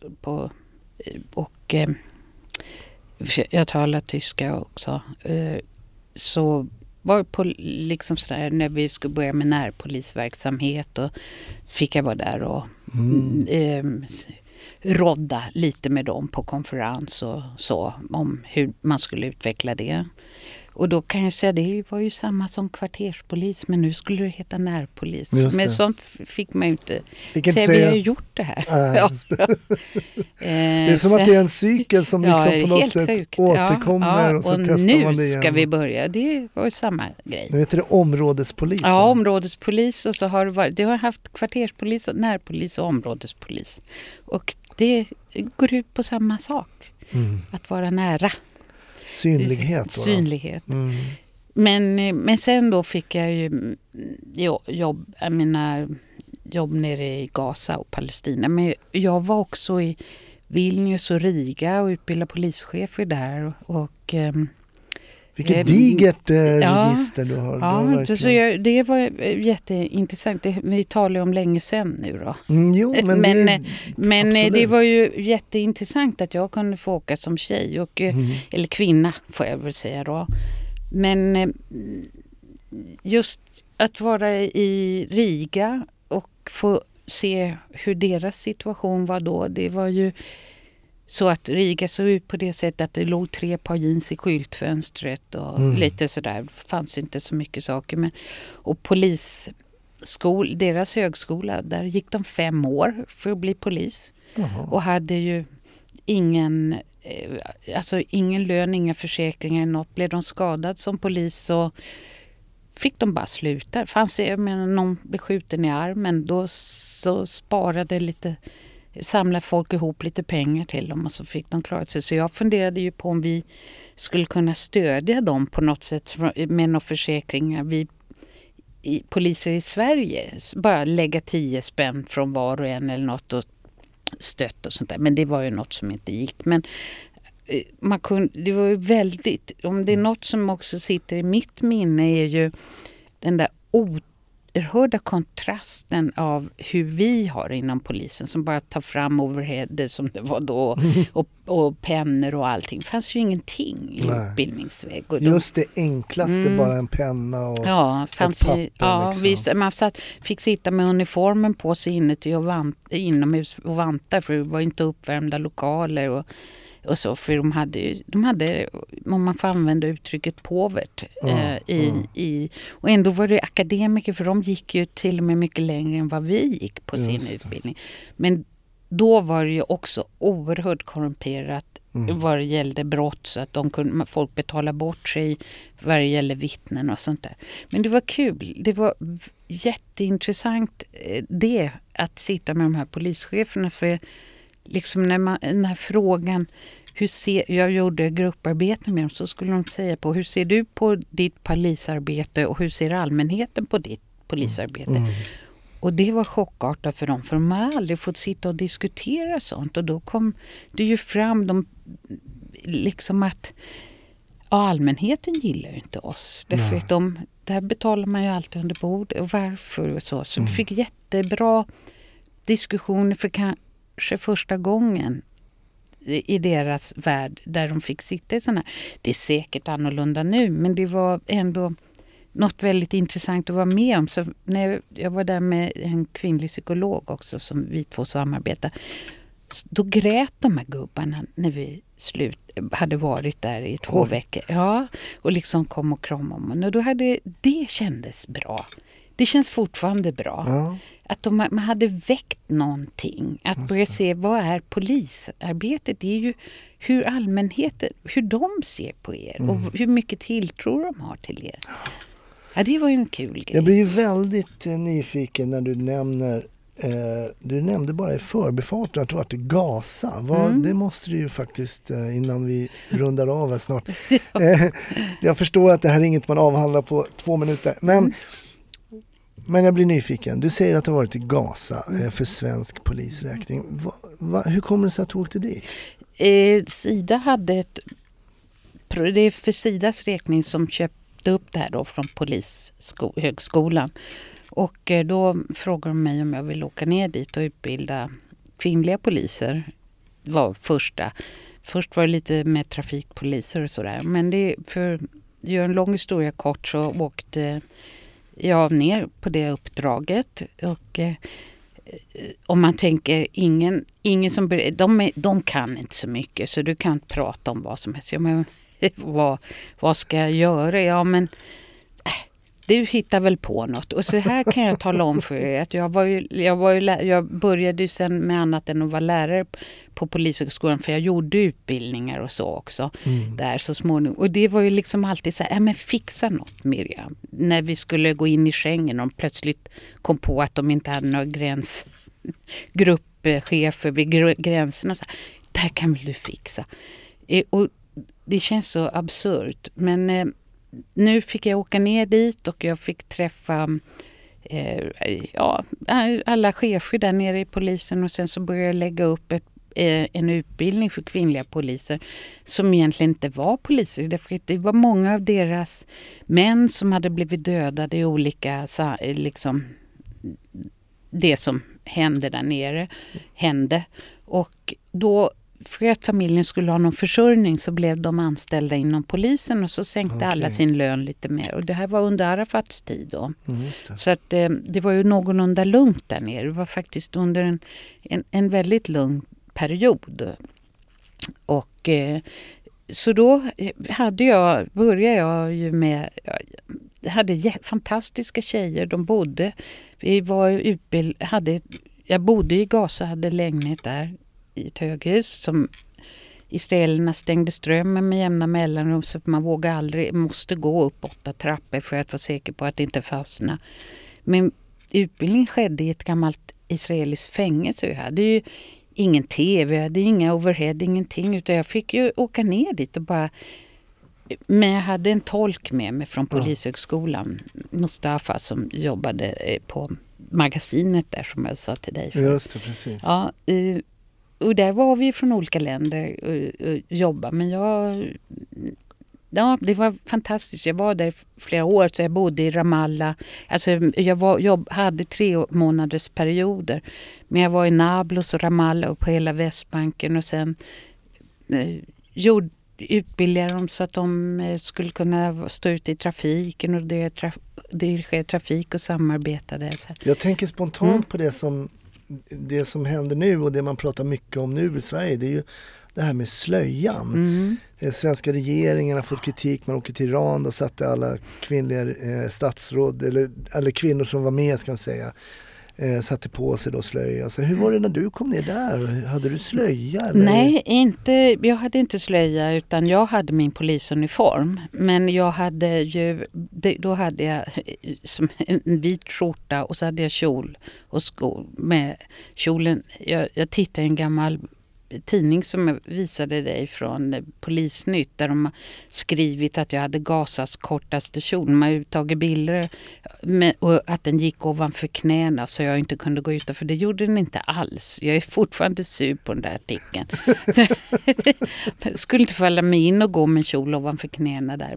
och jag talar tyska också. Så var på liksom sådär när vi skulle börja med närpolisverksamhet och fick jag vara där och rodda lite med dem på konferens och så om hur man skulle utveckla det. Och då kan jag säga det var ju samma som kvarterspolis men nu skulle det heta närpolis. Men sånt fick man ju inte säga. Vi har ju gjort det här. Det är som att det är en cykel som liksom på något sätt sjukt. Återkommer och så testar man det igen. Nu ska vi börja. Det var ju samma grej. Nu heter det områdespolis. Ja, områdespolis och så har det har haft kvarterspolis, och närpolis och områdespolis. Och det går ut på samma sak. Att vara nära. Synlighet. Synlighet. Men sen då fick jag ju jobb nere i Gaza och Palestina. Men jag var också i Vilnius och Riga och utbildade polischefer där. Och Vilket digert register du har. Ja, det var jätteintressant. Vi talar om länge sedan nu då. Jo, men det var ju jätteintressant att jag kunde få åka som tjej. Eller kvinna får jag väl säga då. Men just att vara i Riga och få se hur deras situation var då. Det var ju så att Riga såg ut på det sättet att det låg 3 par jeans i skyltfönstret och lite sådär. Det fanns inte så mycket saker. Och deras högskola, där gick de 5 år för att bli polis. Jaha. Och hade ju ingen lön, inga försäkringar, något. Blev de skadad som polis så fick de bara sluta. Någon blev skjuten i armen, då så samlade folk ihop lite pengar till dem och så fick de klara sig. Så jag funderade ju på om vi skulle kunna stödja dem på något sätt med några försäkringar. Vi poliser i Sverige bara lägga 10 spänn från var och en eller något och stött och sånt där. Men det var ju något som inte gick. Men det var ju väldigt, om det är något som också sitter i mitt minne är ju den där oerhörda kontrasten av hur vi har inom polisen som bara tar fram overheader som det var då och pennor och allting. Det fanns ju ingenting i utbildningsväg. Och just det enklaste, bara en penna och ett papper. Visst, man fick sitta med uniformen på sig inomhus och vanta för det var inte uppvärmda lokaler och så, för de hade om man får använda uttrycket påvert och ändå var det akademiker, för de gick ju till och med mycket längre än vad vi gick på sin utbildning. Men då var det ju också oerhört korrumperat vad det gällde brott, så att folk betala bort sig vad det gällde vittnen och sånt där. Men det var kul, det var jätteintressant att sitta med de här polischeferna, för liksom den här frågan, jag gjorde grupparbete med dem, så skulle de säga på hur ser du på ditt polisarbete och hur ser allmänheten på ditt polisarbete? Och det var chockartat för dem, för de har aldrig fått sitta och diskutera sånt, och då kom det ju fram liksom att allmänheten gillar ju inte oss. Därför att där betalar man ju alltid under bord och varför och så. Så vi fick jättebra diskussioner för kanske första gången i deras värld där de fick sitta i sådana här. Det är säkert annorlunda nu, men det var ändå något väldigt intressant att vara med om. Så när jag var där med en kvinnlig psykolog också som vi 2 samarbetade, då grät de här gubbarna när vi hade varit där i 2 veckor. Ja, och liksom kom och kramade om mig. Och då det kändes bra. Det känns fortfarande bra. Ja. Att man hade väckt någonting. Att börja se vad är polisarbetet. Det är ju hur allmänheten, hur de ser på er. Och hur mycket tilltro de har till er. Ja, det var ju en kul grej. Jag blir ju väldigt nyfiken när du nämnde bara i förbifarten att du var till Gaza. Det måste du ju faktiskt, innan vi rundar av här snart. Jag förstår att det här är inget man avhandlar på 2 minuter. Men jag blir nyfiken. Du säger att du har varit i Gaza för svensk polisräkning. Hur kommer det sig att du åkte dit? Sida hade det är för Sidas räkning som köpte upp det här då från polishögskolan. Och då frågade de mig om jag vill åka ner dit och utbilda kvinnliga poliser. Var första. Först var det lite med trafikpoliser och sådär. Men för att göra en lång historia kort så åkte jag ner på det uppdraget. Och om man tänker ingen som de kan inte så mycket, så du kan inte prata om vad som helst. Ja, men vad ska jag göra? Ja, men du hittar väl på något. Och så här kan jag tala om för er att jag började ju sen med annat än att vara lärare på polishögskolan, för jag gjorde utbildningar och så också där så småningom. Och det var ju liksom alltid så här, men fixa något, Miriam. När vi skulle gå in i Schengen och plötsligt kom på att de inte hade några gruppchefer vid gränserna. Så här, det här kan väl du fixa. Och det känns så absurt. Men nu fick jag åka ner dit och jag fick träffa alla chefer där nere i polisen, och sen så började jag lägga upp en utbildning för kvinnliga poliser som egentligen inte var poliser. Därför att det var många av deras män som hade blivit dödade i olika, liksom, det som hände där nere hände. Och då, för att familjen skulle ha någon försörjning, så blev de anställda inom polisen och så sänkte alla sin lön lite mer. Och det här var under Arafats tid då. Så att det var ju någorlunda lugnt där nere. Det var faktiskt under en väldigt lugn period. Och så då började jag ju med, jag hade fantastiska tjejer, de bodde, jag bodde i Gaza, hade lägenhet där i ett höghus som israelerna stängde strömmen med jämna mellanrum, så att man måste gå upp 8 trappor för att vara säker på att inte fastna. Men utbildningen skedde i ett gammalt israeliskt fängelse. Jag hade ju ingen tv, jag hade inga overhead, ingenting, utan jag fick ju åka ner dit och bara... Men jag hade en tolk med mig från polishögskolan, Mustafa, som jobbade på magasinet där som jag sa till dig. Just det, precis. Ja, och där var vi från olika länder och jobbade. Men det var fantastiskt. Jag var där flera år, så jag bodde i Ramallah. Alltså jag hade 3 månaders perioder. Men jag var i Nablus och Ramallah och på hela Västbanken. Och sen utbildade dem så att de skulle kunna stå ute i trafiken och dirigera trafik och samarbetade. Jag tänker spontant på det som händer nu och det man pratar mycket om nu i Sverige. Det är ju det här med slöjan. Svenska regeringen har fått kritik. Man åker till Iran och satte alla kvinnliga statsråd eller kvinnor som var med, ska man säga, satte på sig då slöja. Alltså, hur var det när du kom ner där? Hade du slöja? Eller? Nej, jag hade inte slöja, utan jag hade min polisuniform. Men jag hade då hade jag som en vit skjorta och så hade jag kjol och skor. Med kjolen, jag tittade i en gammal tidning som jag visade dig från Polisnytt, där de har skrivit att jag hade Gazas kortaste kjol. De har tagit bilder och att den gick ovanför knäna så jag inte kunde gå utanför. Det gjorde den inte alls. Jag är fortfarande sur på den där artikeln. Jag skulle inte falla mig in och gå med kjol ovanför knäna där.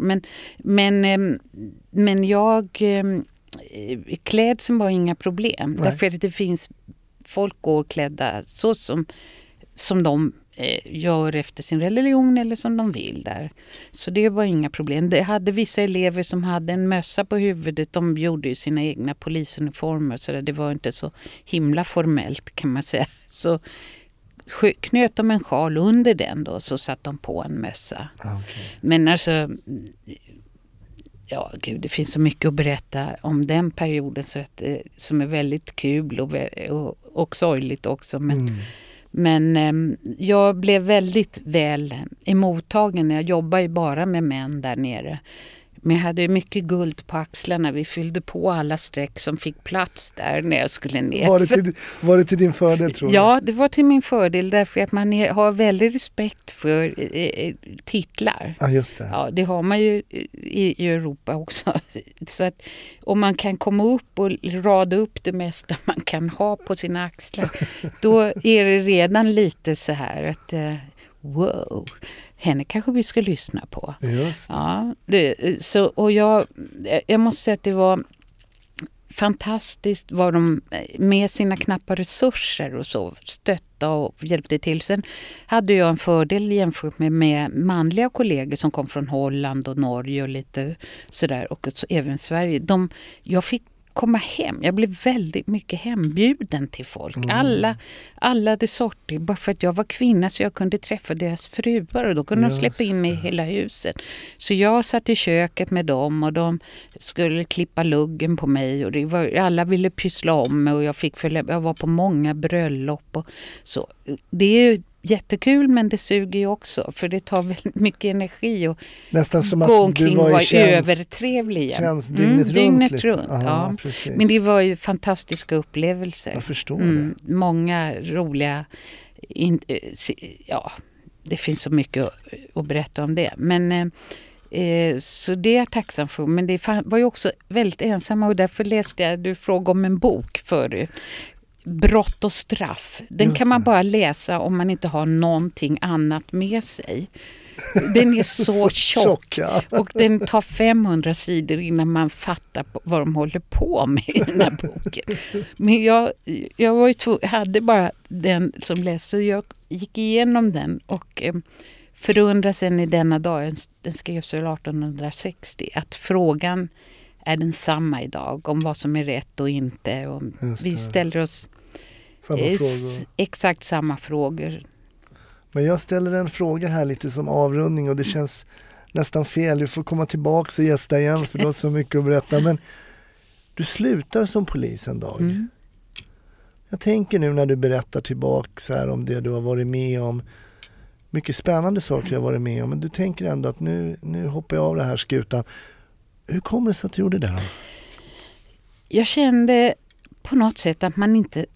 Men klädseln var inga problem. Nej. Därför att det finns folk går klädda så som de gör efter sin religion eller som de vill där. Så det var inga problem. Det hade vissa elever som hade en mössa på huvudet. De gjorde ju sina egna polisuniformer. Så det var inte så himla formellt, kan man säga. Så knöt de en sjal under den då, så satt de på en mössa. Okay. Men alltså... Ja, gud, det finns så mycket att berätta om den perioden som är väldigt kul och sorgligt också. Men jag blev väldigt väl emottagen. Jag jobbar ju bara med män där nere. Men jag hade mycket guld på axlarna. Vi fyllde på alla streck som fick plats där när jag skulle ner. Var det till din fördel, tror du? Ja, det var till min fördel, därför att man har väldigt respekt för titlar. Ja, just det. Ja, det har man ju i Europa också. Så att om man kan komma upp och rada upp det mesta man kan ha på sina axlar, då är det redan lite så här att... wow, henne kanske vi ska lyssna på. Just det. Ja, och jag måste säga att det var fantastiskt vad de med sina knappa resurser och så stötta och hjälpte till. Sen hade jag en fördel jämfört med manliga kollegor som kom från Holland och Norge och lite sådär, och så även Sverige. Jag fick komma hem. Jag blev väldigt mycket hembjuden till folk. Alla de sorter. Bara för att jag var kvinna så jag kunde träffa deras fruar och då kunde de släppa in mig i hela huset. Så jag satt i köket med dem och de skulle klippa luggen på mig och alla ville pyssla om mig och jag var på många bröllop och så. Det är jättekul, men det suger ju också, för det tar väldigt mycket energi och nästan som gå att omkring och vara övertrevlig. Känns dygnet runt. Ja. Men det var ju fantastiska upplevelser. Jag förstår det. Många roliga... det finns så mycket att berätta om det. Men... så det är jag tacksam för. Men det var ju också väldigt ensamma och därför läste jag, du frågade om en bok förut. Brott och straff. Den Just kan man det. bara läsa om man inte har någonting annat med sig. Den är så tjock. Ja. Och den tar 500 sidor innan man fattar vad de håller på med i den här boken. Men jag var ju hade bara den som läste. Jag gick igenom den och förundrar sen i denna dag, den skrevs 1860, att frågan är densamma idag om vad som är rätt och inte. Och vi ställer oss Samma frågor. exakt samma frågor. Men jag ställer en fråga här lite som avrundning och det känns nästan fel. Du får komma tillbaka och gästa igen för du har så mycket att berätta. Men du slutar som polis en dag. Mm. Jag tänker nu när du berättar tillbaka här om det du har varit med om. Mycket spännande saker jag har varit med om. Men du tänker ändå att nu hoppar jag av det här skutan. Hur kommer det sig att du gjorde det då? Jag kände på något sätt att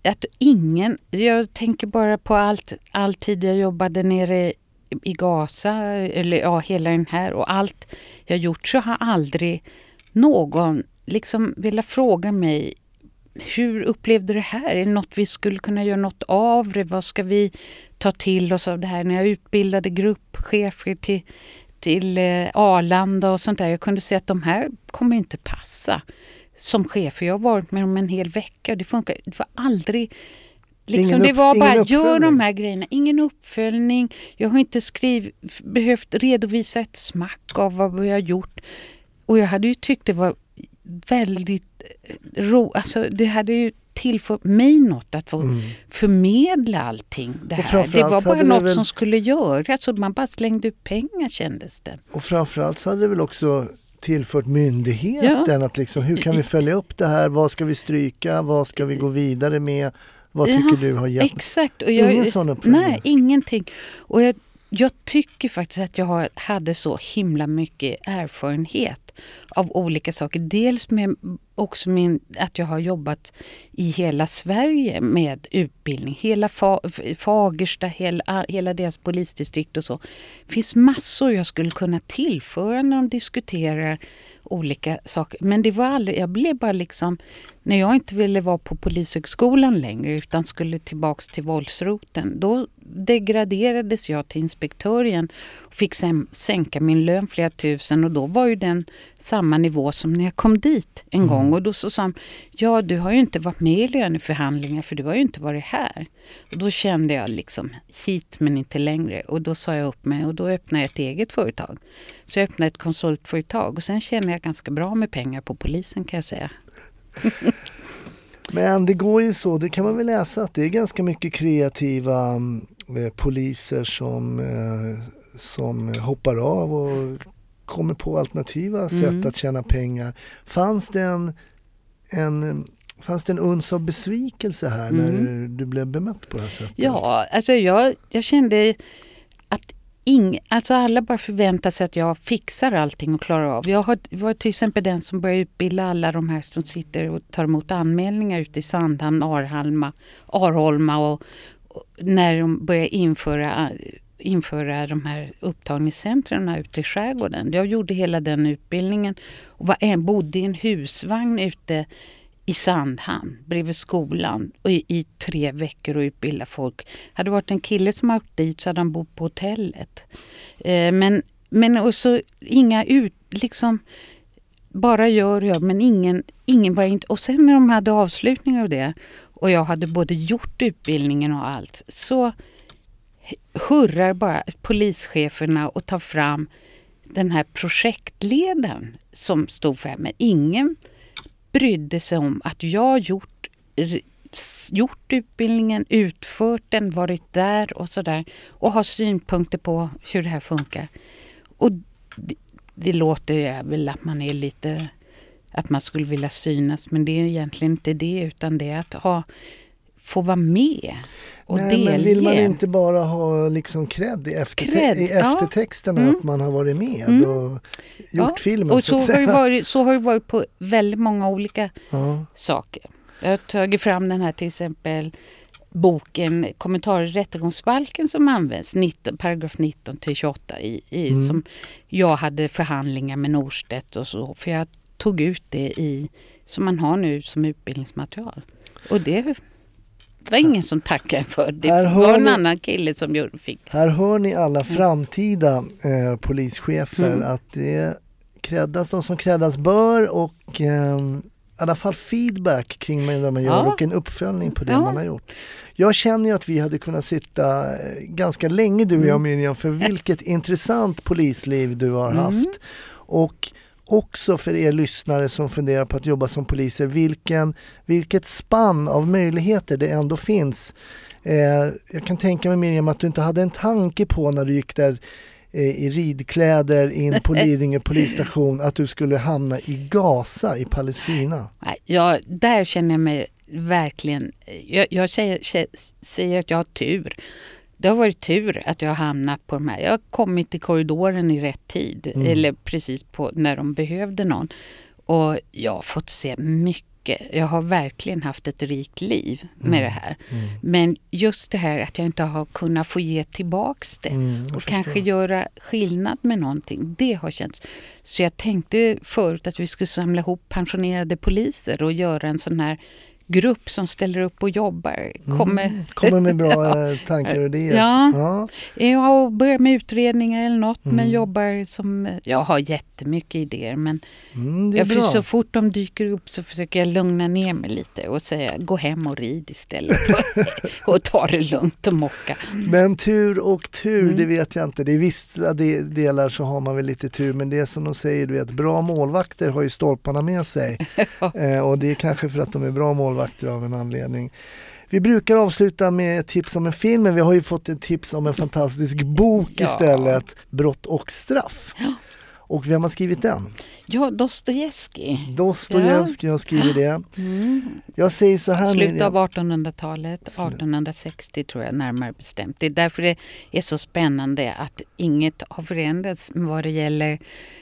jag tänker bara på all tid jag jobbade nere i Gaza, eller ja, hela den här, och allt jag gjort, så har aldrig någon liksom velat fråga mig, hur upplevde du det här? Är det något vi skulle kunna göra något av det? Vad ska vi ta till oss av det här? När jag utbildade gruppchefer till Arlanda och sånt där, jag kunde säga att de här kommer inte passa som chef. Jag har varit med dem en hel vecka och det funkar. Det var aldrig liksom, det var bara gör de här grejerna. Ingen uppföljning. Jag har inte behövt redovisa ett smack av vad vi har gjort. Och jag hade ju tyckt det var väldigt alltså det hade ju tillfört mig något att få förmedla allting det här. Det var bara något som skulle göras, så man bara slängde ut pengar, kändes det. Och framförallt så hade det väl också tillfört myndigheten att liksom, hur kan vi följa upp det här? Vad ska vi stryka? Vad ska vi gå vidare med? Vad tycker du har hjälpt? Exakt. Och ingen sån uppföljning? Nej, ingenting. Och jag tycker faktiskt att jag hade så himla mycket erfarenhet av olika saker. Dels med också att jag har jobbat i hela Sverige med utbildning. Hela Fagersta, hela deras polisdistrikt och så. Det finns massor jag skulle kunna tillföra när de diskuterar olika saker. Men det var aldrig, jag blev bara liksom, när jag inte ville vara på polishögskolan längre utan skulle tillbaks till våldsroten, då degraderades jag till inspektör igen och fick sänka min lön flera tusen, och då var ju den samma nivå som när jag kom dit en gång, och då så sa han, ja, du har ju inte varit med i löneförhandlingar för du har ju inte varit här. Och då kände jag liksom hit men inte längre, och då sa jag upp mig och då öppnade jag ett eget företag. Så jag öppnade ett konsultföretag och sen känner jag ganska bra med pengar på polisen, kan jag säga. Men det går ju så, det kan man väl läsa, att det är ganska mycket kreativa poliser som hoppar av och kommer på alternativa sätt att tjäna pengar. Fanns det en uns av besvikelse här när du blev bemött på det här sättet? Ja, alltså jag kände att alltså alla bara förväntar sig att jag fixar allting och klarar av. Jag var till exempel den som började utbilda alla de här som sitter och tar emot anmälningar ute i Sandhamn, Arholma och när de började införa de här upptagningscentren ute i skärgården. Jag gjorde hela den utbildningen och bodde i en husvagn ute i Sandhamn bredvid skolan och i 3 veckor och utbilda folk. Hade varit en kille som åkt dit så hade han bott på hotellet. Men också inga liksom bara gör men ingen var inte. Och sen när de hade avslutningar av det och jag hade både gjort utbildningen och allt, så hurrar bara polischeferna och tar fram den här projektledaren som stod för mig. Ingen brydde sig om att jag gjort utbildningen, utfört den, varit där och sådär, och har synpunkter på hur det här funkar. Och det låter väl att man är lite, att man skulle vilja synas, men det är egentligen inte det, utan det är att få vara med och delge. Men vill man inte bara ha liksom cred i eftertexterna att man har varit med och gjort filmen? Och så har det varit på väldigt många olika saker. Jag har tagit fram den här till exempel boken Kommentarer i rättegångsbalken som används, paragraf 19-28 som jag hade förhandlingar med Norstedt och så, för jag tog ut det som man har nu som utbildningsmaterial. Och det Det var ingen som tackade för det. Här Det hör var en ni- annan kille som fick. Här hör ni alla framtida polischefer att det kräddas de som kräddas bör och i alla fall feedback kring det man gör och en uppföljning på det man har gjort. Jag känner ju att vi hade kunnat sitta ganska länge du och jag, Miriam, för vilket intressant polisliv du har haft. Och också för er lyssnare som funderar på att jobba som poliser, vilket spann av möjligheter det ändå finns. Jag kan tänka mig, Miriam, att du inte hade en tanke på när du gick där i ridkläder in på Lidingö polisstation att du skulle hamna i Gaza i Palestina. Ja, där känner jag mig verkligen... Jag säger att jag har tur. Det har varit tur att jag har hamnat på de här. Jag har kommit till korridoren i rätt tid. Eller precis på när de behövde någon. Och jag har fått se mycket. Jag har verkligen haft ett rikt liv med det här. Men just det här att jag inte har kunnat få ge tillbaks det. Och kanske göra skillnad med någonting. Det har känts. Så jag tänkte förut att vi skulle samla ihop pensionerade poliser och göra en sån här grupp som ställer upp och jobbar. Kommer med bra tankar och idéer. Ja, och börjar med utredningar eller något, men jobbar som... Jag har jättemycket idéer, men så fort de dyker upp så försöker jag lugna ner mig lite och säga, gå hem och rid istället och ta det lugnt och mocka. Men tur, det vet jag inte. Det är vissa delar så har man väl lite tur, men det är som de säger, du vet, bra målvakter har ju stolparna med sig. Och det är kanske för att de är bra målvakter av en anledning. Vi brukar avsluta med ett tips om en film, men vi har ju fått ett tips om en fantastisk bok istället. Brott och straff. Och vem har skrivit den? Ja, Dostojevskij. Dostojevskij har skrivit det. Jag säger så här... Slutet av 1800-talet, 1860 tror jag närmare bestämt. Det är därför det är så spännande att inget har förändrats vad det gäller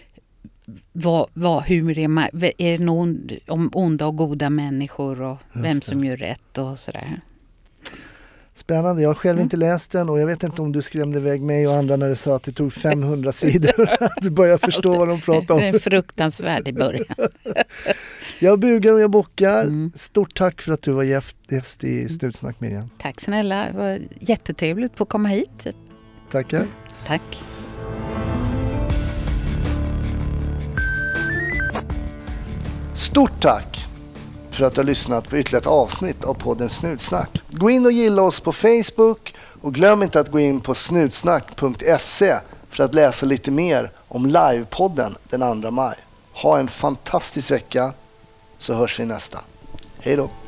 hur är det om onda och goda människor och vem som gör rätt och sådär. Spännande. Jag har själv inte läst den och jag vet inte om du skrämde iväg mig och andra när du sa att det tog 500 sidor. Du börjar förstå vad de pratar om. Det är fruktansvärt i början. Jag bugar och jag bockar. Stort tack för att du var gäst i Snutsnack, Miriam. Tack snälla. Det var jättetrevligt att få komma hit. Tackar. Tack. Stort tack för att du har lyssnat på ytterligare ett avsnitt av podden Snutsnack. Gå in och gilla oss på Facebook och glöm inte att gå in på snutsnack.se för att läsa lite mer om livepodden den 2 maj. Ha en fantastisk vecka så hörs vi nästa. Hej då!